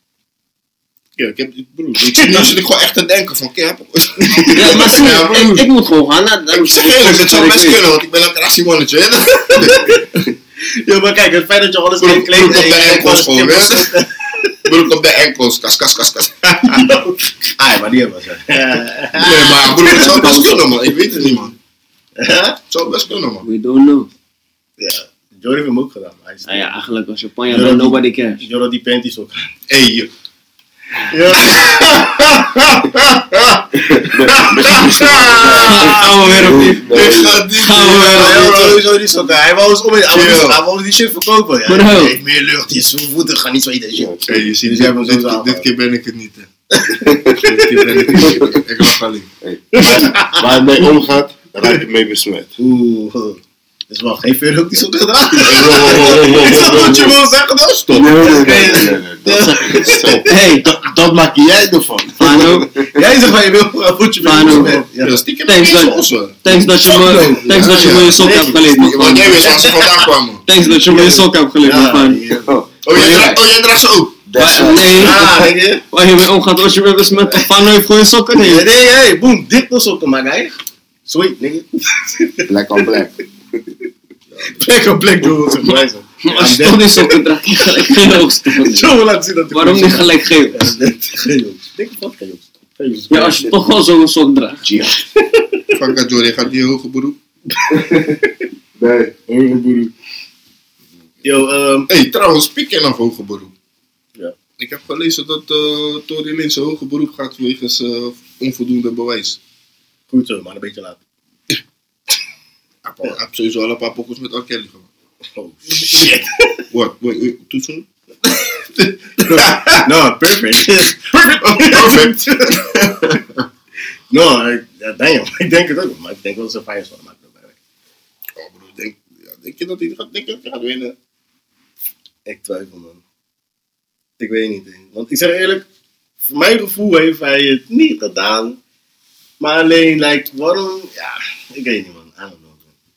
Ja, broer, nu zit ik gewoon echt te denken van, kijk, Ja, maar zie je, Ja, broer. ik moet gewoon gaan. Ik zeg je eerlijk, het zou best kunnen, want ik ben een krassiemannetje, hè. Ja, maar kijk, het feit dat je alles Broek in kleedt op de enkels gewoon, hè. Broek op de enkels, kas. Ah, maar die hebben we zo. Nee, maar broer, het zou best kunnen, man. Ik weet het niet, man. Het zou best kunnen, man. We don't know. Ja, Jordi heeft hem ook gedaan. Maar hij is Nou ja, eigenlijk als je panja bent, nobody cares. Jordi die panties ook. Hey, Ja. Gaan we weer op die... Gaan we weer Hij op had die... sowieso die sokken. Hij wou ons die shit verkopen. Ja. Bro. Hij heeft meer lucht, die is zo voeten, ga niet zo eten. Shit. Hey, je ziet, Dus jij hebt hem zo dit keer ben ik het niet, hè. Dit keer ben ik het niet. Ik lach alleen. Waar het mee omgaat, raak je mee besmet. Oeh. Dat is wel geen veel ook die sokken gedaan. Is Is dat wat je wil zeggen dan? Stop. Nee. Stop. Hey, Dat maak jij ervan. Fano, Jij zegt maar je wil een voetje Fano. met. Ja. Ja, stiekem Thanks, niet man. zoals we. thanks dat je me je sok hebt geleerd, man. Want jij wist waar ze vandaan kwamen. Thanks dat je me je sok hebt geleerd, man. Fano. Jij draagt ze ook. Maar, nee, Ah, denk je? waar je mee omgaat als je weer besmet Fano heeft gewoon je sokken, nee. Nee, boem, dit was ook maar guy. Sweet, nigga. Black on black. Plek op plek doen we het mij zo. Maar als je toch die sokken draagt, je gelijk geen oogst. Zo wil laten zien dat Waarom niet gelijk geven? Geen jongens. Denk je wat? Geen jongens. Ja, als je toch wel zo'n sok draagt. Fuck dat, Jory. Gaat die hoger beroep? Nee. Hoger beroep. Yo, Hey, trouwens, speaking of hoger beroep. Ja. Ik heb gelezen dat Tory Lanez hoger beroep gaat wegens onvoldoende bewijs. goed zo, maar een beetje laat. Hij heeft sowieso al een paar pokkels met R. Kelly gemaakt. Oh, shit. Wat? Toetsen? No, perfect. Perfect. No, damn, ik denk het ook. Maar ik denk wel dat ze fires van maken. Oh, broer, Denk je dat hij gaat winnen? Ik twijfel, man. Ik weet niet. Want ik zeg eerlijk, voor mijn gevoel heeft hij het niet gedaan. Maar alleen, waarom? Ja, ik weet niet, man. I don't know.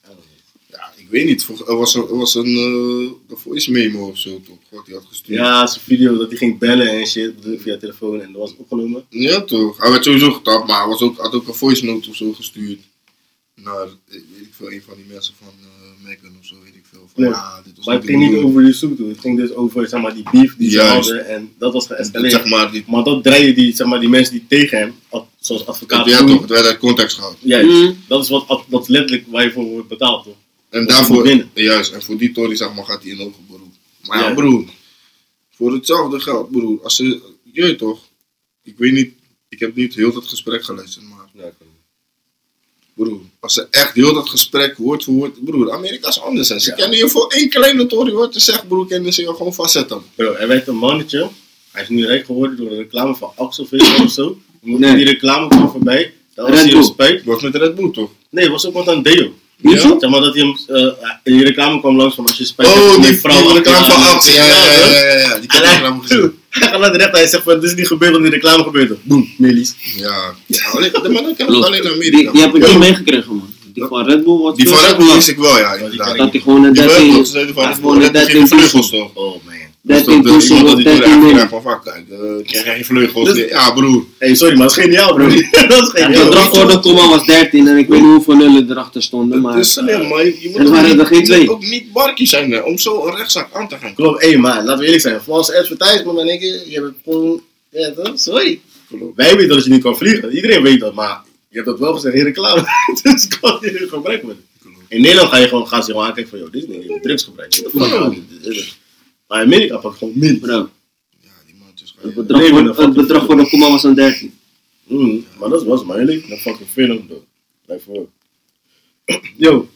Ja, ik weet niet. Er was een voice memo of zo, toch? Wat hij had gestuurd. Ja, zijn video dat hij ging bellen en shit, via telefoon en dat was opgenomen. Ja, toch. Hij werd sowieso getapt, maar hij had ook een voice note of zo gestuurd. Naar, weet ik veel, een van die mensen van Megan of zo, weet ik veel. Van, Nee. dit was Maar het ging niet over Lesotho, het ging dus over zeg maar, die beef die ze Juist. hadden en dat was geëscaleerd. Zeg maar, Maar dat draaien die mensen die tegen hem, zoals advocaten ja, doen. toch, het werd uit context gehaald. Juist, dat is dat is letterlijk waar je voor wordt betaald, toch? En Dat daarvoor, moet winnen. juist, en voor die tory zeg maar, gaat hij in hoger beroep. Maar ja, Ja. broer, voor hetzelfde geld, broer, als ze, je weet toch, ik weet niet, ik heb niet heel dat gesprek geluisterd, maar Ja, broer, als ze echt heel dat gesprek woord voor woord, broer, Amerika is anders, hè. Ze Ja. kennen je voor één kleine tory wat te zeggen, broer, kennen ze je gewoon vastzetten. bro, er werd een mannetje, hij is nu rijk geworden door een reclame van Axel Visser of zo. Nee. Die reclame kwam voorbij, dat was Red hij Bull. een spijt. Was met Red Bull, toch? Nee, het was ook wat aan Deo. Wie zo? Zeg maar dat hij hem, in die reclame kwam langs van als je spijt hebt Oh, van die die vrouw. vrouw, de reclame van achteraan. Axe, ja, die heb ik reclame gezien. Hij gaat naar de rechter, hij zegt van, dit is niet gebeurd wat in de reclame gebeurde. Boem, Millies. Ja, alleen, maar dat kan Klopt. alleen in Die Amerika. heb ik niet meegekregen, man. Die van Red Bull wordt Die veel van Red Bull zeggen, wist ik wel, ja, inderdaad. dat hij gewoon een Die 13 Red Bull van Red Bull, gewoon een Red Bull 13 geen vleugels, toch? Oh man. 13 toessen wordt 13 miljoen. Van fuck, kijk, krijg je geen vleugels. Ja, broer. Hey, sorry, maar dat is geniaal, bro. Dat is Het geniaal. bedrag voor de komma was 13 en ik weet niet hoeveel nullen erachter stonden, maar Het is slim, man. Je moet het waren er geen je twee. moet ook niet barkie zijn hè, om zo een rechtszaak aan te gaan. Klopt, hé, maar laten we eerlijk zijn. Volgens advertisement dan denk je hebt gewoon, ja toch, sorry. Wij weten dat je niet kan vliegen, iedereen weet dat, maar je hebt dat wel gezegd in reclame. Dus het kan niet in gebruik worden. In Nederland gaan ze gewoon aankijken van, joh, dit is niet drugsgebruik. What the fuck? Maar in Amerika pak ik gewoon min. bro, Ja, die maatjes het gaan. bedrag voor de komma was een 13. Maar dat was mijn leven. Een fucking film, bro. Blijf voor. Yo,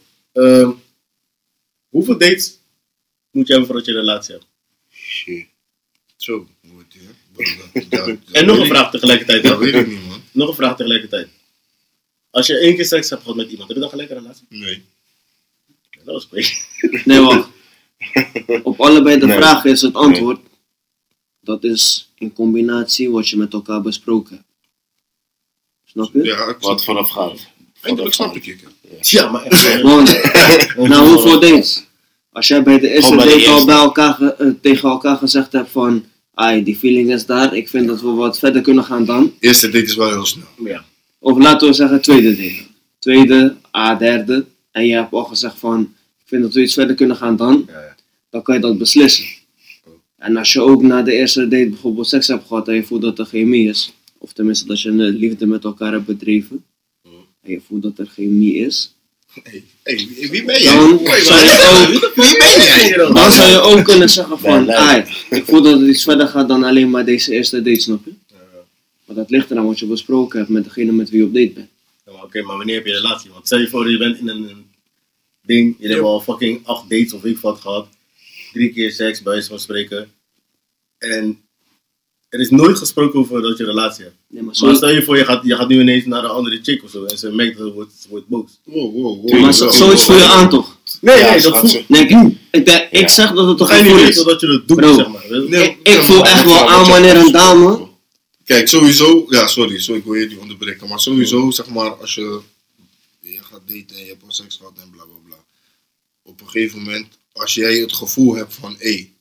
hoeveel dates moet je hebben voordat je een relatie hebt? Shit. Zo, wordt die, hè. En nog een vraag tegelijkertijd. Dat weet ik niet, man. Nog een vraag tegelijkertijd. Als je 1 keer seks hebt gehad met iemand, heb je dan gelijk een relatie? Nee. Ja, dat was crazy. Nee, wacht. Op allebei de Nee. vragen is het antwoord. Dat is in combinatie wat je met elkaar besproken hebt. Snap je? Ja, ik Wat vooraf gaat. eindelijk snap ik je. Ja, maar echt. Want, nou hoeveel dates? Als jij bij de eerste Gewoon bij de date al eerste. bij elkaar tegen elkaar gezegd hebt van ai, die feeling is daar, ik vind dat we wat verder kunnen gaan dan. Eerste date is wel heel snel. Ja. Of laten we zeggen tweede date. Tweede, derde. En je hebt al gezegd van, ik vind dat we iets verder kunnen gaan dan. Ja. Dan kan je dat beslissen. En als je ook na de eerste date bijvoorbeeld seks hebt gehad en je voelt dat er chemie is. Of tenminste dat je een liefde met elkaar hebt bedreven. En je voelt dat er chemie is. Hey, wie ben jij? Dan zou je ook, Wie ben jij? dan zou je ook kunnen zeggen van, Nee. ai, ik voel dat het iets verder gaat dan alleen maar deze eerste date, snap je? Maar dat ligt eraan wat je besproken hebt met degene met wie je op date bent. Ja, maar oké, maar wanneer heb je een relatie? Want stel je voor, je bent in een ding, je hebt al fucking 8 dates of ik wat gehad. 3 keer seks, bij wijze van spreken. En er is nooit gesproken over dat je een relatie hebt. Nee, maar Maar stel je voor, je gaat nu ineens naar een andere chick of zo en ze merkt dat ze wordt boos. Wow. maar zoiets voel je aan toch? Nee, Ja, dat schat voel ze. Nee, ik zeg dat het Dan toch ga je niet gevoel weten is. dat je het doet, Bro. zeg maar. Nee. Ik voel echt wel aan wanneer een dame. Kijk, sowieso, ja, sorry, ik wil je niet onderbreken, maar sowieso, zeg maar, als je gaat daten en je hebt al seks gehad en bla bla bla. Op een gegeven moment, als jij het gevoel hebt van,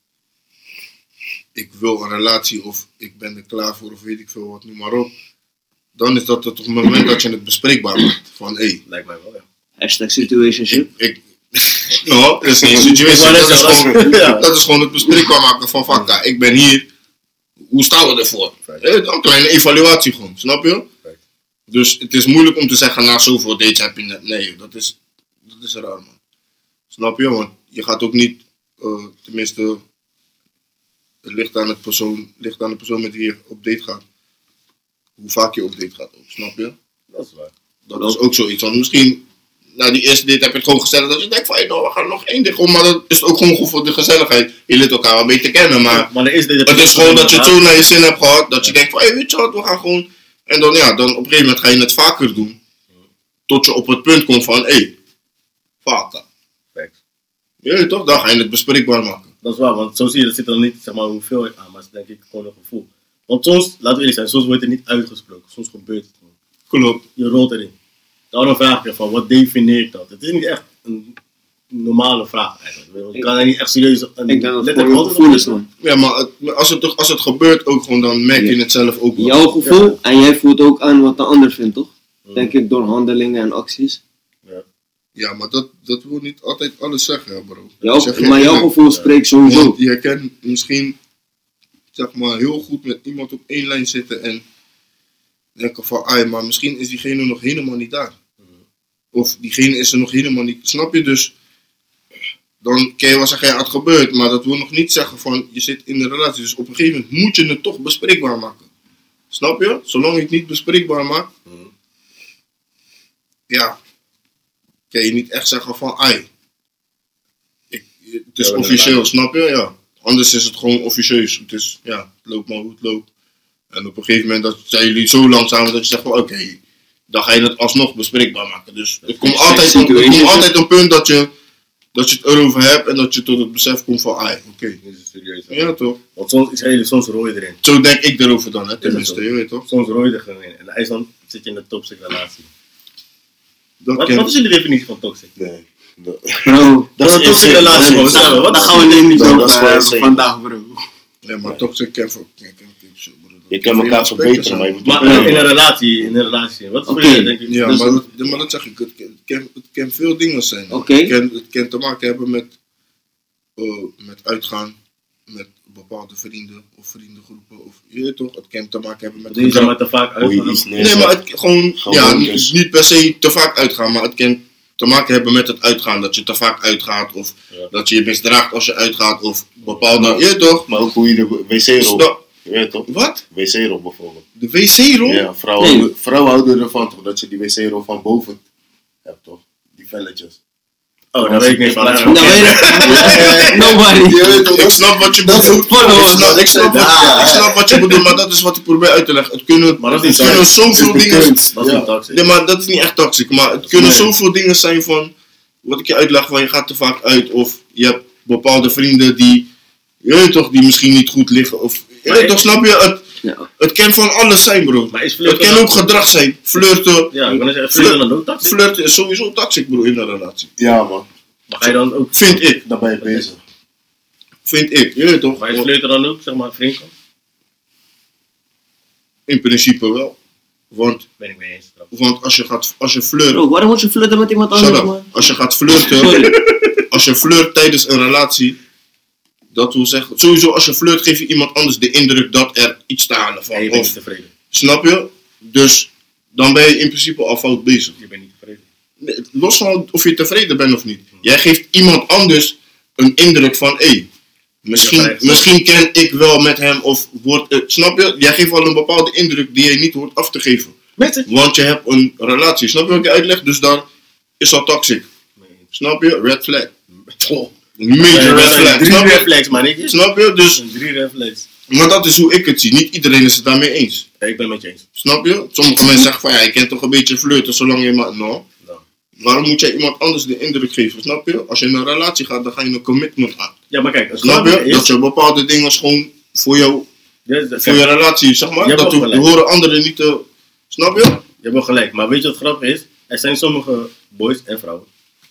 ik wil een relatie of ik ben er klaar voor of weet ik veel wat, noem maar op. Dan is dat het moment dat je het bespreekbaar maakt. Van, Lijkt mij wel, ja. Hashtag situationship. nou, dat is geen situation, Ik wou net zeggen, ja. dat is gewoon het bespreekbaar maken van, fuck, ik ben hier, hoe staan we ervoor? Een kleine evaluatie gewoon, snap je? Dus het is moeilijk om te zeggen, na zoveel dates heb je net. Nee, dat is raar, man. Snap je? Want je gaat ook niet, tenminste, het ligt aan de persoon met wie je op date gaat. Hoe vaak je op date gaat ook, snap je? Dat is waar. Dat is ook zoiets. Want misschien, na die eerste date heb je het gewoon gesteld dat je denkt van, nou, we gaan nog 1 date gewoon. Maar dat is ook gewoon goed voor de gezelligheid. Je leert elkaar wel een beetje kennen, maar Maar de eerste date het is gewoon dat je het zo naar je zin hebt gehad, dat je denkt van, weet je wat, we gaan gewoon. En dan, ja, dan op een gegeven moment ga je het vaker doen. Tot je op het punt komt van, fuck. Facts. Ja, toch? Dan ga je het bespreekbaar maken. Dat is waar, want zo zie je, er zit er niet zeg maar hoeveelheid aan, maar het is denk ik gewoon een gevoel. Want soms, laten we eerlijk zijn, soms wordt het niet uitgesproken, soms gebeurt het gewoon. Klopt. Je rolt erin. Daarom vraag ik van, wat defineert dat? Het is niet echt een normale vraag eigenlijk. Je kan er niet echt serieus Ik denk dat het letterlijk gewoon een antwoord gevoel op is, geven. man. Ja, maar als het gebeurt ook gewoon, dan merk je het zelf ook wel. Jouw gevoel en jij voelt ook aan wat de ander vindt, toch? Denk ik door handelingen en acties. Ja, maar dat wil niet altijd alles zeggen, hè, bro. Maar jouw gevoel spreekt sowieso. Want je kan misschien, zeg maar, heel goed met iemand op één lijn zitten en denken van, maar misschien is diegene nog helemaal niet daar. Of diegene is er nog helemaal niet. Snap je? Dus dan kan je wel zeggen, ja, het gebeurt, maar dat wil nog niet zeggen van, je zit in een relatie. Dus op een gegeven moment moet je het toch bespreekbaar maken. Snap je? Zolang je het niet bespreekbaar maakt, ja, kan je niet echt zeggen van, het is Ja, officieel, snap je? Ja. Anders is het gewoon officieus. Het is, ja, het loopt maar hoe het loopt. En op een gegeven moment dat zijn jullie zo lang samen dat je zegt van, oké, dan ga je het alsnog bespreekbaar maken. Dus er komt altijd een punt dat je het erover hebt en dat je tot het besef komt van, oké. Dit is serieus. Ja, toch? Want soms is redelijk, soms rooi je erin. Zo denk ik erover dan, hè, tenminste, zo. je weet toch? Soms rooi je er gewoon in. En dan zit je in een toxic relatie. Dat Wat ken is jullie definitie van toxic? Nee. Bro, Dat is een toxic relatie, man. daar gaan we nu niet Dat is over gewoon hebben zeker. vandaag, bro. Ja, maar toxic ken voor... Je kan elkaar verbeteren, maar je moet Maar in een relatie, wat is voor Oké. jullie, denk ik? Ja, Dus- maar dat zeg ik. Het kan veel dingen zijn. Oké. Het kan te maken hebben met uitgaan, met bepaalde vrienden of vriendengroepen. Of, je weet toch, het kan te maken hebben met... Doe je zeg maar te vaak hoe je uitgaan? iets Nee, maar het gewoon dus. niet per se te vaak uitgaan, maar het kan te maken hebben met het uitgaan. Dat je te vaak uitgaat of Ja. dat je je misdraagt als je uitgaat of bepaalde... Je weet toch? Maar ook hoe je de wc-rol... Snap- Je weet toch? Wat? Wc-rol bijvoorbeeld. De wc-rol? Ja, Nee. vrouwen houden ervan toch, dat je die wc-rol van boven hebt toch? Die velletjes. Oh, daar weet ik niet van. Nou, Nou, weet je, nobody. Je weet toch, Ik snap wat je bedoelt. Ik snap wat je bedoelt, maar dat is wat ik probeer uit te leggen. Het kunnen, Maar dat is het kunnen zoveel dingen... Dat is niet toxic. Nee, maar dat is niet echt toxic. Maar het kunnen Nee. zoveel dingen zijn van... Wat ik je uitleg van, je gaat te vaak uit. Of je hebt bepaalde vrienden die... Je weet toch, die misschien niet goed liggen. Of, je Maar weet toch, snap je? Ja. Het kan van alles zijn, bro. Maar is Het flirten kan dan- ook gedrag zijn. Flirten. Ja, ik wil zeggen, flirten dan ook toxic? Flirten is sowieso toxic, bro, in een relatie. Ja man, Maar ga je dan ook... Vind ik. daar ben je bezig. Vind ik. Je weet toch? Maar is flirten dan ook, zeg maar, vriendschap? In principe wel. Want Ben ik mee eens. Want als je flirt, Bro, waarom moet je flirten met iemand shut anders, up. man? Als je gaat flirten, Sorry. als je flirt tijdens een relatie, dat wil zeggen, sowieso als je flirt geef je iemand anders de indruk dat er iets te halen En van. je bent niet Of, tevreden. snap je? Dus dan ben je in principe al fout bezig. Je bent niet tevreden. Nee, los van of je tevreden bent of niet. Jij geeft iemand anders een indruk van, misschien ken ik wel met hem of snap je? Jij geeft al een bepaalde indruk die je niet hoort af te geven. Met Want je hebt een relatie. Snap je wat ik je uitleg? Dus dan is dat toxic. Snap je? Red flag. Major red flag. 3 Snap je? reflex, man. Ik Snap je? Dus, 3 reflex. maar dat is hoe ik het zie. Niet iedereen is het daarmee eens. Ja, ik ben het met je eens. Snap je? Sommige mensen zeggen van ja, je kent toch een beetje flirten zolang je maar... No. Nou. Waarom moet jij iemand anders de indruk geven? Snap je? Als je in een relatie gaat, dan ga je een commitment aan. Ja, maar kijk, het Snap je? grappige is... Dat je bepaalde dingen gewoon voor je relatie, zeg maar. Je hebt Dat ook gelijk. horen anderen niet te... Snap je? Je hebt wel gelijk, maar weet je wat grappig is? Er zijn sommige boys en vrouwen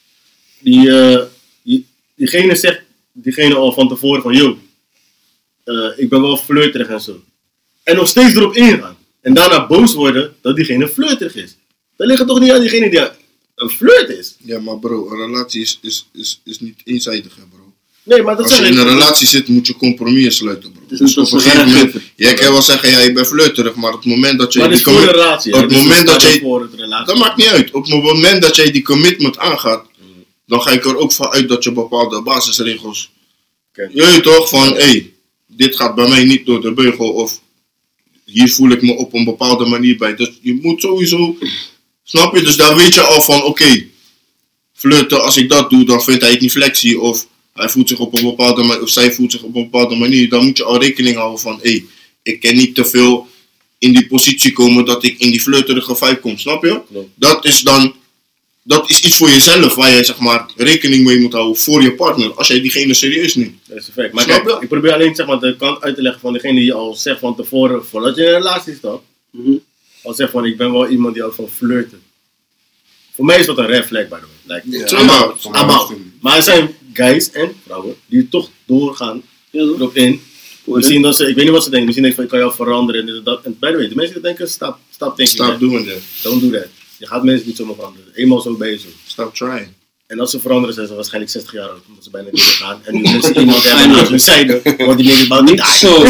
diegene zegt diegene al van tevoren van yo, ik ben wel flirterig en zo. En nog steeds erop ingaan. En daarna boos worden dat diegene flirterig is. Dat ligt toch niet aan diegene die een flirt is. Ja, maar bro, een relatie is niet eenzijdig, hè, bro. Nee, maar dat Als je zeg in ik. een relatie zit, moet je compromissen sluiten, bro. Dus Dus dat op is een een gegeven moment, werkgever. jij kan wel zeggen, ja, je bent flirterig, maar op het moment dat je Maar het die is voor een commitment... relatie. op hè. het Dus moment dat staat je- voor het relatie. Dat maakt niet uit. Op het moment dat jij die commitment aangaat, dan ga ik er ook van uit dat je bepaalde basisregels... Kent. Je weet toch, van, hé, dit gaat bij mij niet door de beugel, of hier voel ik me op een bepaalde manier bij. Dus je moet sowieso... Snap je? Dus daar weet je al van, oké, flirten, als ik dat doe, dan vindt hij het niet flexie, of hij voelt zich op een bepaalde manier, of zij voelt zich op een bepaalde manier. Dan moet je al rekening houden van, hé, ik kan niet te veel in die positie komen dat ik in die flirterige vibe kom, snap je? Klopt. Dat is dan dat is iets voor jezelf waar je zeg maar rekening mee moet houden voor je partner. Als jij diegene serieus neemt. Dat is perfect. Maar Snap kijk, je? ik probeer alleen zeg maar, de kant uit te leggen van degene die al zegt van tevoren, voordat je in een relatie stapt, Mhm. al zegt van ik ben wel iemand die houdt van flirten. Voor mij is dat een red flag, by the way. Like, Ja, I'm maar- out. I'm out. Maar er zijn guys en vrouwen die toch doorgaan Ja, toch? erop in. Misschien dat ze, ik weet niet wat ze denken, misschien denken van ik kan jou veranderen en dit en dat. En by the way, de mensen die denken, stop thinking Stop that. doing that. Don't do that. Je gaat mensen niet zomaar veranderen. Eenmaal zo ben je zo. Stop trying. En als ze veranderen zijn ze waarschijnlijk 60 jaar oud, omdat ze bijna niet meer gaan. En nu is iemand hebben aan hun zijde, want die niggas about to Niet die. zo.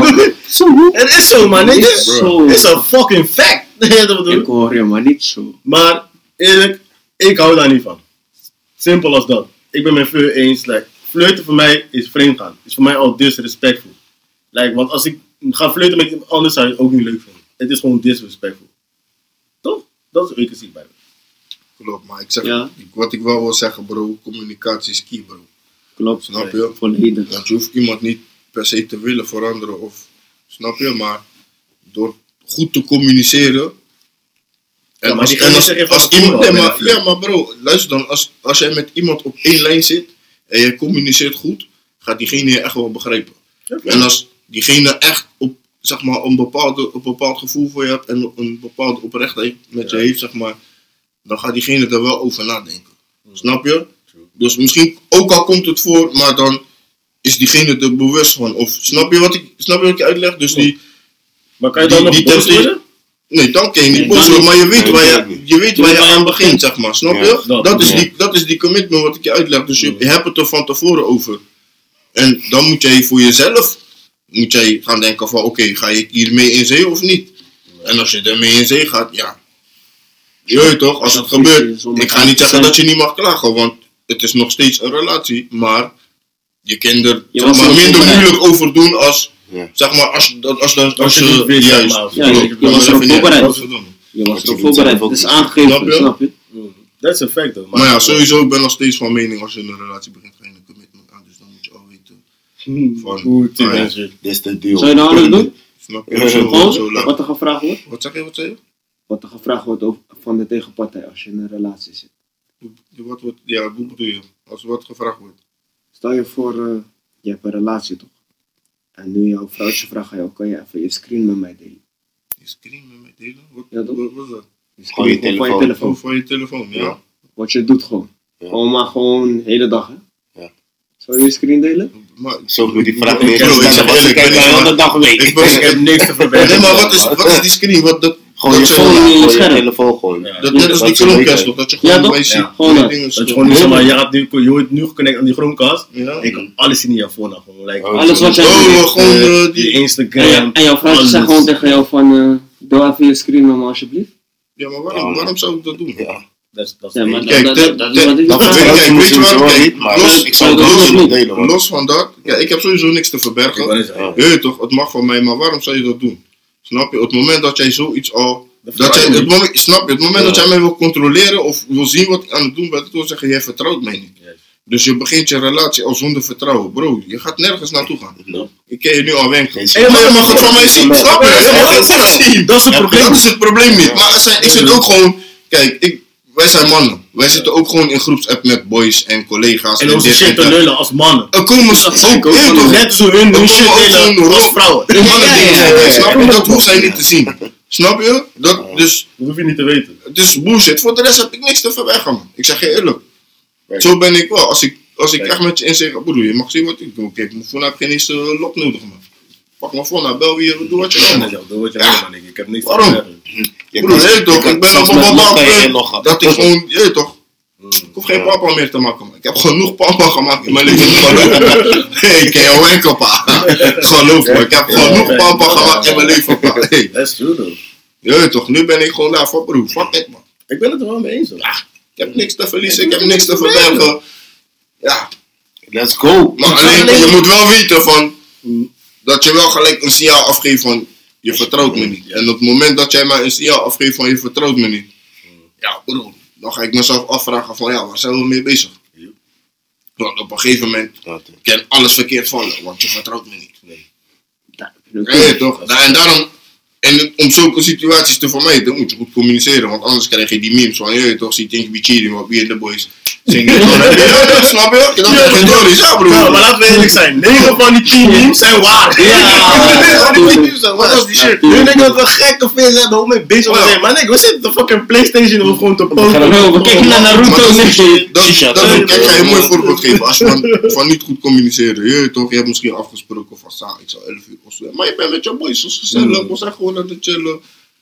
Het is zo, man. Niet Het zo. is een fucking fact. Je weet wat ik bedoel? Ik hoor je, maar niet zo. Maar eerlijk, ik hou daar niet van. Simpel als dat. Ik ben met veel eens. Like, flirten voor mij is vreemdgaan. Is voor mij al disrespectful. Like, want als ik ga flirten met iemand anders, zou je het ook niet leuk vinden. Het is gewoon disrespectful. Toch? Dat is hoe ik het zie bij me. Klopt, maar ik zeg, Ja. wat ik wel wil zeggen bro, communicatie is key bro. Klopt. Snap je? Volledig. Want je hoeft iemand niet per se te willen veranderen of, snap je? Maar door goed te communiceren. Ja, maar die gaan niet zeggen van als tevoren iemand, al nee, bij maar, de ja, maar bro, luister dan, als jij met iemand op één lijn zit en je communiceert goed, gaat diegene je echt wel begrijpen. En als diegene echt op, zeg maar, een bepaald gevoel voor je hebt en een bepaalde oprechtheid met je heeft, zeg maar, dan gaat diegene er wel over nadenken. Snap je? Dus misschien, ook al komt het voor, maar dan is diegene er bewust van. Of snap je wat ik uitleg? Dus Maar kan je dan nog die boos temptation- worden? nee, dan kan je niet Nee, boos dan worden, niet. maar je weet Nee, waar dat niet. je weet waar je waar je aan aan begint, zeg maar. Snap Ja, je? dat, Dat is die commitment wat ik je uitleg. Dus je hebt het er van tevoren over. En dan moet jij voor jezelf gaan denken van oké, ga ik hiermee in zee of niet? En als je ermee in zee gaat, ja. Je weet toch, als het Dat gebeurt, is zonder ik ga niet zeggen zijn. dat je niet mag klagen, want het is nog steeds een relatie, maar je kan er Je zeg was maar, erop minder voorbereid. moeilijk over doen als, Ja. zeg maar, als Als je niet weet, juist. zeg maar. Ja, je klopt, was dat erop even niet. voorbereid. Dat is verdomme. Je was je erop doet voorbereid. zelf ook Het is niet. aangegeven, Snap je? snap je? Dat is een fact, though. Maar ja, sowieso, ik ben nog steeds van mening als je in een relatie begint, ga je een commitment aan, dus dan moet je al weten. Van, Goed, ah, ja. mensen. Dit is de deal. Zou je nou alles doen? Snap je? Zo Gewoon lang. wat er gevraagd wordt? Wat zeg je? Wat er gevraagd wordt van de tegenpartij als je in een relatie zit. Wat wordt, ja, hoe bedoel je? Als er wat gevraagd wordt. Stel je voor, je hebt een relatie toch? En nu jouw vrouwtje vraagt aan jou, kan je even je screen met mij delen? Je screen met mij delen? Ja, toch? Wat is dat? Gewoon je Van je telefoon. telefoon. Oh, van je telefoon, ja. Ja. Wat je doet gewoon. Ja. Gewoon maar gewoon de hele dag, hè? Ja. Zou je je screen delen? Maar, Zo moet die vraag Ik- weer ik- stellen. ik zeg Want ze eerlijk, ik kijken ben wel niet- de dag een week. ik ben- Ik heb niks te verbergen. nee, maar wat is die screen? Wat, dat, Gewoon je dat, phone, gewoon in je gewoon je scherm. telefoon gewoon. Ja. dat net als die Dat ze Chromecast weten. toch? Dat je Ja, gewoon toch? bij ziet. Ja, gewoon die dat. dingen Dat je zo. gewoon niet zomaar, je wordt nu geconnect aan die Chromecast. Ja. Ik kan alles zien in je phone. Gewoon, like, Oh, Alles wat jij gewoon die die... Instagram. En jouw vrouwtje alles. zegt gewoon tegen jou van, doe even je screen met me alsjeblieft. Ja, maar waarom zou ik dat doen? Ja. Dat is Ja, maar Kijk, dat is wat ik dat Weet is vraag. wel- je weet je wat? sowieso Kijk, niet, maar los- ik zou het los- wel los- delen, man. Los van dat, ja, ik heb sowieso niks te verbergen. Ja. Je weet toch, het mag van mij, maar waarom zou je dat doen? Snap je? Op het moment dat jij zoiets al... vraag Dat jij, ik het niet. moment, snap je? Het moment Ja. dat jij mij wil controleren of wil zien wat ik aan het doen ben, dat wil zeggen, jij vertrouwt mij niet. Juist. Dus je begint je relatie al zonder vertrouwen. Bro, je gaat nergens naartoe gaan. Ja. Ik kan je nu al wenken. Geen Hey, maar je mag het van mij zien, snap je? Je mag het van mij zien. Dat is het probleem. Dat is het probleem niet. Maar ik zit ook gewoon... Kijk, wij zijn mannen. Wij zitten ook gewoon in groepsapp met boys en collega's. En onze dit shit te dat. lullen als mannen. Er komen Dat ook, zeg ik ook, heel man. toch, Net zo hun komen shit ook willen gewoon als vrouwen. mannen dingen ja, zijn, ja, ja. snap je? Dat hoeft zij niet te zien. Snap je? Dus Dat hoef je niet te weten. het is bullshit. Voor de rest heb ik niks te verbergen, man. Ik zeg je eerlijk. Zo ben ik wel. Als ik echt met je in zeg, broer, je mag zien wat ik doe. Kijk, mijn phone heb geen eens lock nodig, man. Pak mijn phone, bel wie, doe wat je wil, Ja, man. dat word je Ja. wel, man. Ik heb niks te Waarom? zeggen. Je Broer, kan- je weet toch, je kan ik ben zelfs op een met bepaald nog kan je punt inloggen. dat ik gewoon, je weet toch, ik hoef geen papa meer te maken, man. Ik heb genoeg papa gemaakt in mijn leven. Hey, ik ken jou wenken, pa. Geloof me, ik heb genoeg papa gemaakt in mijn leven, pa. Hey, That's true, though. je weet toch, nu ben ik gewoon daar voor, broer. Fuck it, man. Ik ben het er wel mee eens, hoor. Ik heb niks te verliezen, ik heb niks te verbergen. Ja, Let's go. maar alleen, je moet wel weten van, dat je wel gelijk een signaal afgeeft van, je vertrouwt me niet. En op het moment dat jij mij een signaal afgeeft van, je vertrouwt me niet. Ja, broer, dan ga ik mezelf afvragen van, ja, waar zijn we mee bezig? Want op een gegeven moment kan alles verkeerd vallen, want je vertrouwt me niet. Ja, Nee, toch? En daarom, En om zulke situaties te vermijden, moet je goed communiceren. Want anders krijg je die memes van, je toch, zie je cheating, maar wie in de boys zingen. Ja, snap je? Je dacht geen doris, ja broer. Nou, maar laten we eerlijk zijn. 9 van die 10 memes zijn waar. Wat was die shit? Nu denk ik dat we gekke fans hebben om mee bezig te zijn. Maar nee, we zitten de fucking PlayStation om gewoon te posten. We kijken naar Naruto. Kijk, ga je een mooi voorbeeld geven. Als je van niet goed communiceren, je toch, je hebt misschien afgesproken van, ik zal 11 uur of zo. Maar je bent met je boys, dat is gezellig, we zijn gewoon aan het chillen.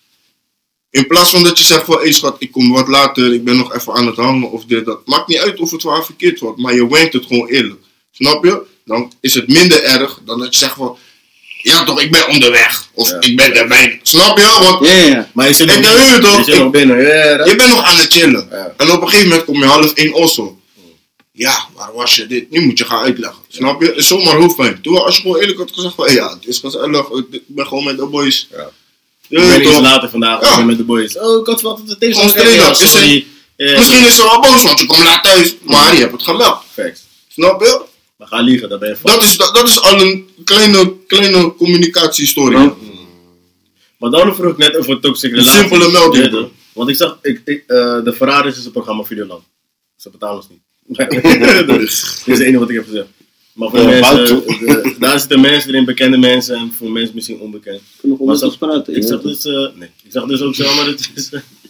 In plaats van dat je zegt van, schat, ik kom wat later, ik ben nog even aan het hangen of dit, dat. Maakt niet uit of het waar verkeerd wordt, maar je wenkt het gewoon eerlijk. Snap je? Dan is het minder erg dan dat je zegt van, ja toch, ik ben onderweg. Of ik ben erbij. Snap je? Want Maar je zit ik nog je toch, je zit nog binnen. je bent nog aan het chillen. Ja. En op een gegeven moment kom je 12:30 osso. Ja, waar was je dit? Nu moet je gaan uitleggen. Snap je? Het is zomaar hoofdpijn. Toen als je gewoon eerlijk had gezegd van, ja, het is gezellig, ik ben gewoon met de boys. Ja. Ja, Ik ben iets toch? later vandaag Ja. met de boys. Oh, ik had wat op de tegen. Gewoon straight up. Sorry. Misschien is ze wel boos, want je komt laat thuis. Maar je hebt het gemeld. Facts. Snap je? Maar ga liegen, dan ben je fout. Dat is al een kleine communicatiestory. Ja. Maar dan vroeg ik net over toxic Een relaties. simpele melding, Ja, bro. Want ik zag, de Ferraris is een programma Videoland. Ze betalen ons niet. Dit is het enige wat ik heb gezegd. Maar voor de mensen, daar zitten mensen erin, bekende mensen en voor mensen misschien onbekend. Kunnen we Maar gewoon praten? ik zag dus, ik zag dus ook zomaar, het is,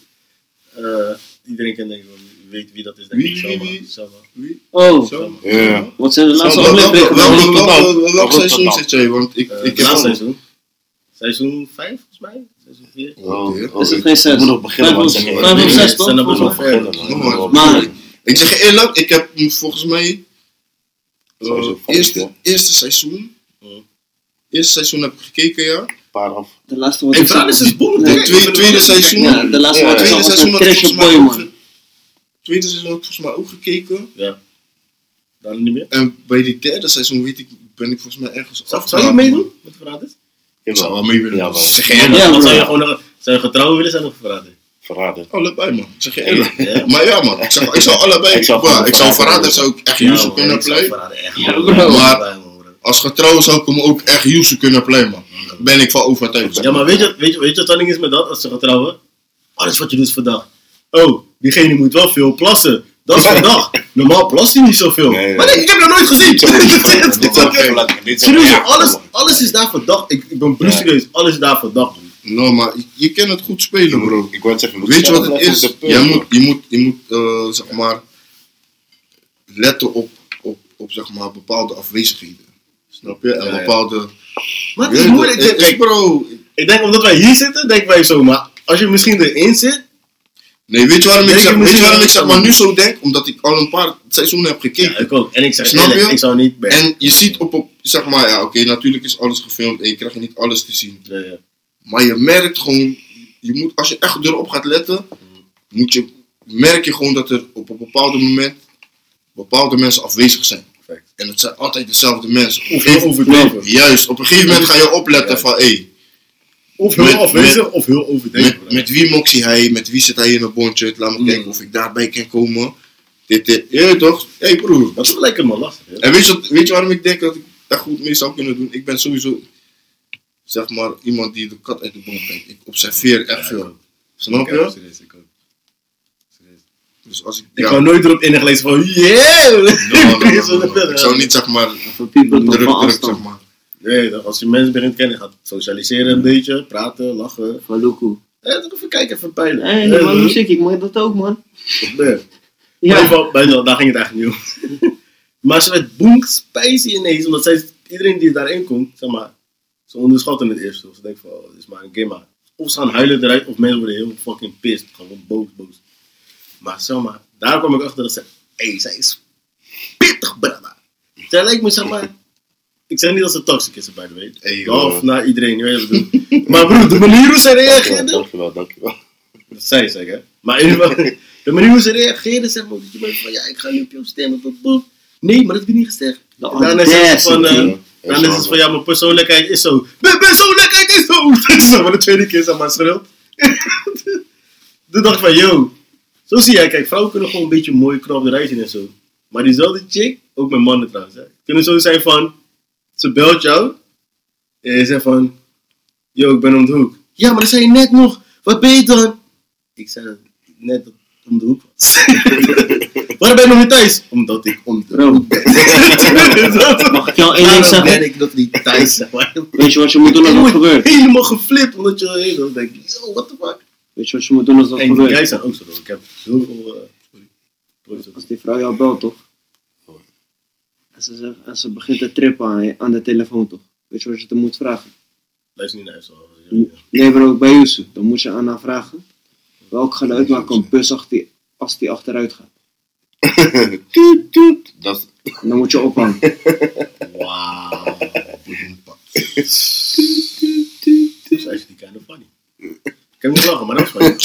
iedereen kent denk ik wel, weet wie dat is denk ik. Wie? Selma. Oh, Zo. Ja. wat zijn de laatste Welk afleveringen? welk seizoen zit jij? Want ik heb Laatste al- seizoen. Seizoen 5 volgens mij. Seizoen 4. Is het geen 6? Ik moet nog beginnen, man. 5 of 6 toch? Zijn er best wel Volgens ver. mij. Maar Maar, ik zeg je eerlijk, ik heb volgens mij Sowieso eerste seizoen. Eerste seizoen heb ik gekeken, ja. Paar af. de laatste wat Hey, ik zag- Ferraris is boem. Nee, Tweede seizoen. Ja, de laatste Ja, wat ik Tweede zag was seizoen een had ik Crash volgens Boy, mij man. Tweede seizoen heb ik volgens mij ook gekeken. Ja. Dan niet meer. En bij die derde seizoen ben ik volgens mij ergens Zou je afgehaakt, meedoen man. met Ferraris? Ik zou wel mee willen Ja, doen. wel. Zeg je eerlijk. Ja, Wat zou je bro. gewoon zou je getrouwen willen zijn of Ferraris? Verraden. Allebei, man. Ik zeg je eerlijk. Ja. Maar ja, man. Ik zou allebei. Ik zou verraden, zou ik echt Yusu kunnen play. Ja, bro. Maar als getrouwen zou ik hem ook echt Yusu kunnen play, man. Ben ik van overtuigd. Ja, maar weet je wat dan ding is met dat, als ze gaan trouwen? Alles wat je doet is verdacht. Oh, diegene moet wel veel plassen. Dat is verdacht. Normaal plast hij niet zoveel. Nee. Maar nee, ik heb dat nooit gezien. Dit Serieus, alles is daar verdacht. Ik ben bloedserieus, alles is daar verdacht. No, maar je kan het goed spelen, bro. Ik wou het zeggen. Weet je wat het is? Je moet zeg maar, letten op zeg maar, bepaalde afwezigheden. Snap je? En Ja, ja. bepaalde... Maar het is moeilijk. Kijk, bro. ik denk omdat wij hier zitten, denken wij zo. Maar als je misschien erin zit, Nee, weet je waarom Denk je ik misschien zeg maar nu zo denk? Omdat ik al een paar seizoenen heb gekeken. ja, ik ook. En ik zeg Snap eerlijk, je? ik zou niet bij. En je ziet zeg maar, ja oké, natuurlijk is alles gefilmd en je krijgt niet alles te zien. Ja, ja. Maar je merkt gewoon, als je echt erop gaat letten, merk je gewoon dat er op een bepaald moment bepaalde mensen afwezig zijn. Perfect. En het zijn altijd dezelfde mensen. Of heel overdreven. Juist, op een gegeven moment ga je opletten van, hé, Of heel Met- afwezig of heel overdreven. met wie moxie hij, met wie zit hij in een bondje, laat me kijken of ik daarbij kan komen. Dit. Ja toch? Hé broer. Dat is lekker man, lastig. Hè? En weet je waarom ik denk dat ik echt goed mee zou kunnen doen? Ik ben sowieso, zeg maar, iemand die de kat uit de boom kijkt. Ik observeer echt veel. Snap je? Serieus, ik ook. Serieus. Dus als ik... Ik kan nooit erop ingelezen van, yeah! No. Ik zou niet, zeg maar, Voor people toch druk, van zeg afstand. maar. Nee, als je mensen begint te kennen, gaat socialiseren een beetje, praten, lachen. Van Luku. Toch even kijken, even peilen. Hé, man, muziek, ik mag dat ook, man. Nee. In ieder Ja. geval, daar ging het eigenlijk niet om. Maar ze werd boem spicy ineens, omdat iedereen die daarin komt, zeg maar, ze onderschatten het eerst. Ze denken van, oh, dit is maar een game. Of ze gaan huilen eruit, of mensen worden heel fucking pissed. Gewoon boos. Maar zeg maar, daar kwam ik achter dat zij is pittig, brada. Zij lijkt me, zeg maar, ik zeg niet dat ze toxic is, by the way. Hey, Of naar iedereen, je weet wat ik bedoel. Maar broer, de manier hoe zij reageerde, Dankjewel. dat zei ze, hè. Maar in ieder geval, de manier hoe ze reageerde, zeg maar, dat je bent van, ja, ik ga nu op jou stemmen, tot boef. Nee, maar dat heb je niet gezegd. De En dan is het van, audacity. dan is het van, ja, mijn persoonlijkheid is zo. Mijn persoonlijkheid is zo. Dat is zo, maar de tweede keer, zeg maar, schreeuwt. Toen dacht ik van, yo, zo zie jij, kijk, vrouwen kunnen gewoon een beetje mooi knap eruit zien en zo. Maar diezelfde chick, ook met mannen trouwens, hè, kunnen zo zijn van, ze belt jou en je zegt van, yo, ik ben om de hoek. Ja, maar dan zei je net nog, wat ben je dan? Ik zei dat ik net om de hoek was. Waarom ben je nog niet thuis? Omdat ik om de hoek ben. Mag ik jou één ding Waarom ben zeggen? ik nog niet thuis? Weet je wat je moet doen als dat gebeurt? Helemaal geflipt, omdat je heen was. Denk ik, yo, what the fuck? Weet je wat je moet doen als dat En die gebeurt? guys zijn ook zo. Ik heb heel veel... Als die vrouw jou belt, toch? En ze begint te trippen aan de telefoon, toch? Weet je wat je te moet vragen? Luister niet naar zo. Nee bro, bij Yusuf. Dan moet je aan haar vragen. Welk geluid maakt een bus als die achteruit gaat? Toet, toet. Dat En dan moet je ophangen. Wauw. Dat is actually kind of funny. Ik heb niet lachen, maar dat is funny.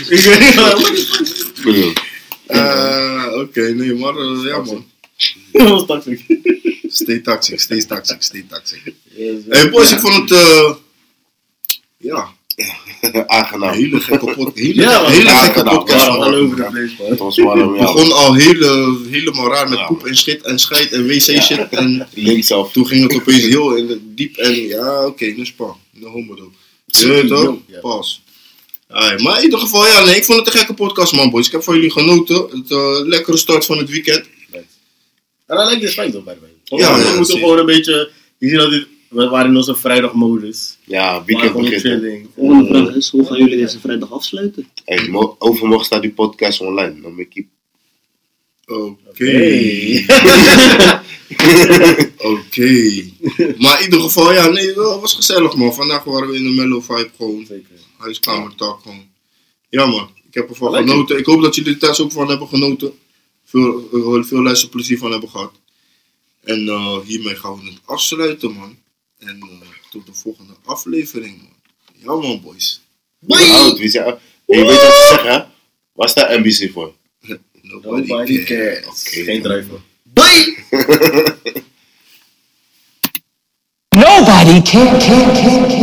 bedoel. Oké, nee, maar ja man. Dat was toxic. Stay toxic. Hey boys, ik vond het ja, Aangenaam. een hele gekke podcast. Ja, Hele man. gekke Ja, podcast. All man. over the place, man. Het was warm, Het ja. begon al helemaal raar met Ja. poep en shit en scheid en wc shit. En Linksaf. toen ging het opeens heel in de diep en ja, oké, nu spa. No homo though. Je weet toch? Ja. Pas. Maar in ieder geval, ja, nee, ik vond het een gekke podcast, man, boys. Ik heb van jullie genoten. Het lekkere start van het weekend. En I like this fight though, by the way. Ja, We ja, moeten precies. gewoon een beetje... Je ziet dat we waren in onze vrijdagmodus. Ja, Maar weekend gewoon begint. chilling. Volgende vraag is, hoe gaan jullie deze vrijdag afsluiten? Hey, overmorgen staat die podcast online. Dan ben ik Oké. Hey. Oké. Maar in ieder geval, ja, nee, het was gezellig, man. Vandaag waren we in de mellow vibe gewoon. Zeker. Huiskamertak gewoon. Ja, man. Ik heb ervan Lekker. genoten. Ik hoop dat jullie er thuis ook van hebben genoten. Veel luisterplezier van hebben gehad. En hiermee gaan we het afsluiten, man. En tot de volgende aflevering, man. Ja, man, boys. oud. Wie zei... Hey, je weet wat ze zeggen, hè? Waar staat NBC voor? Nobody cares. Oké. Geen drijven. Bye! Nobody can.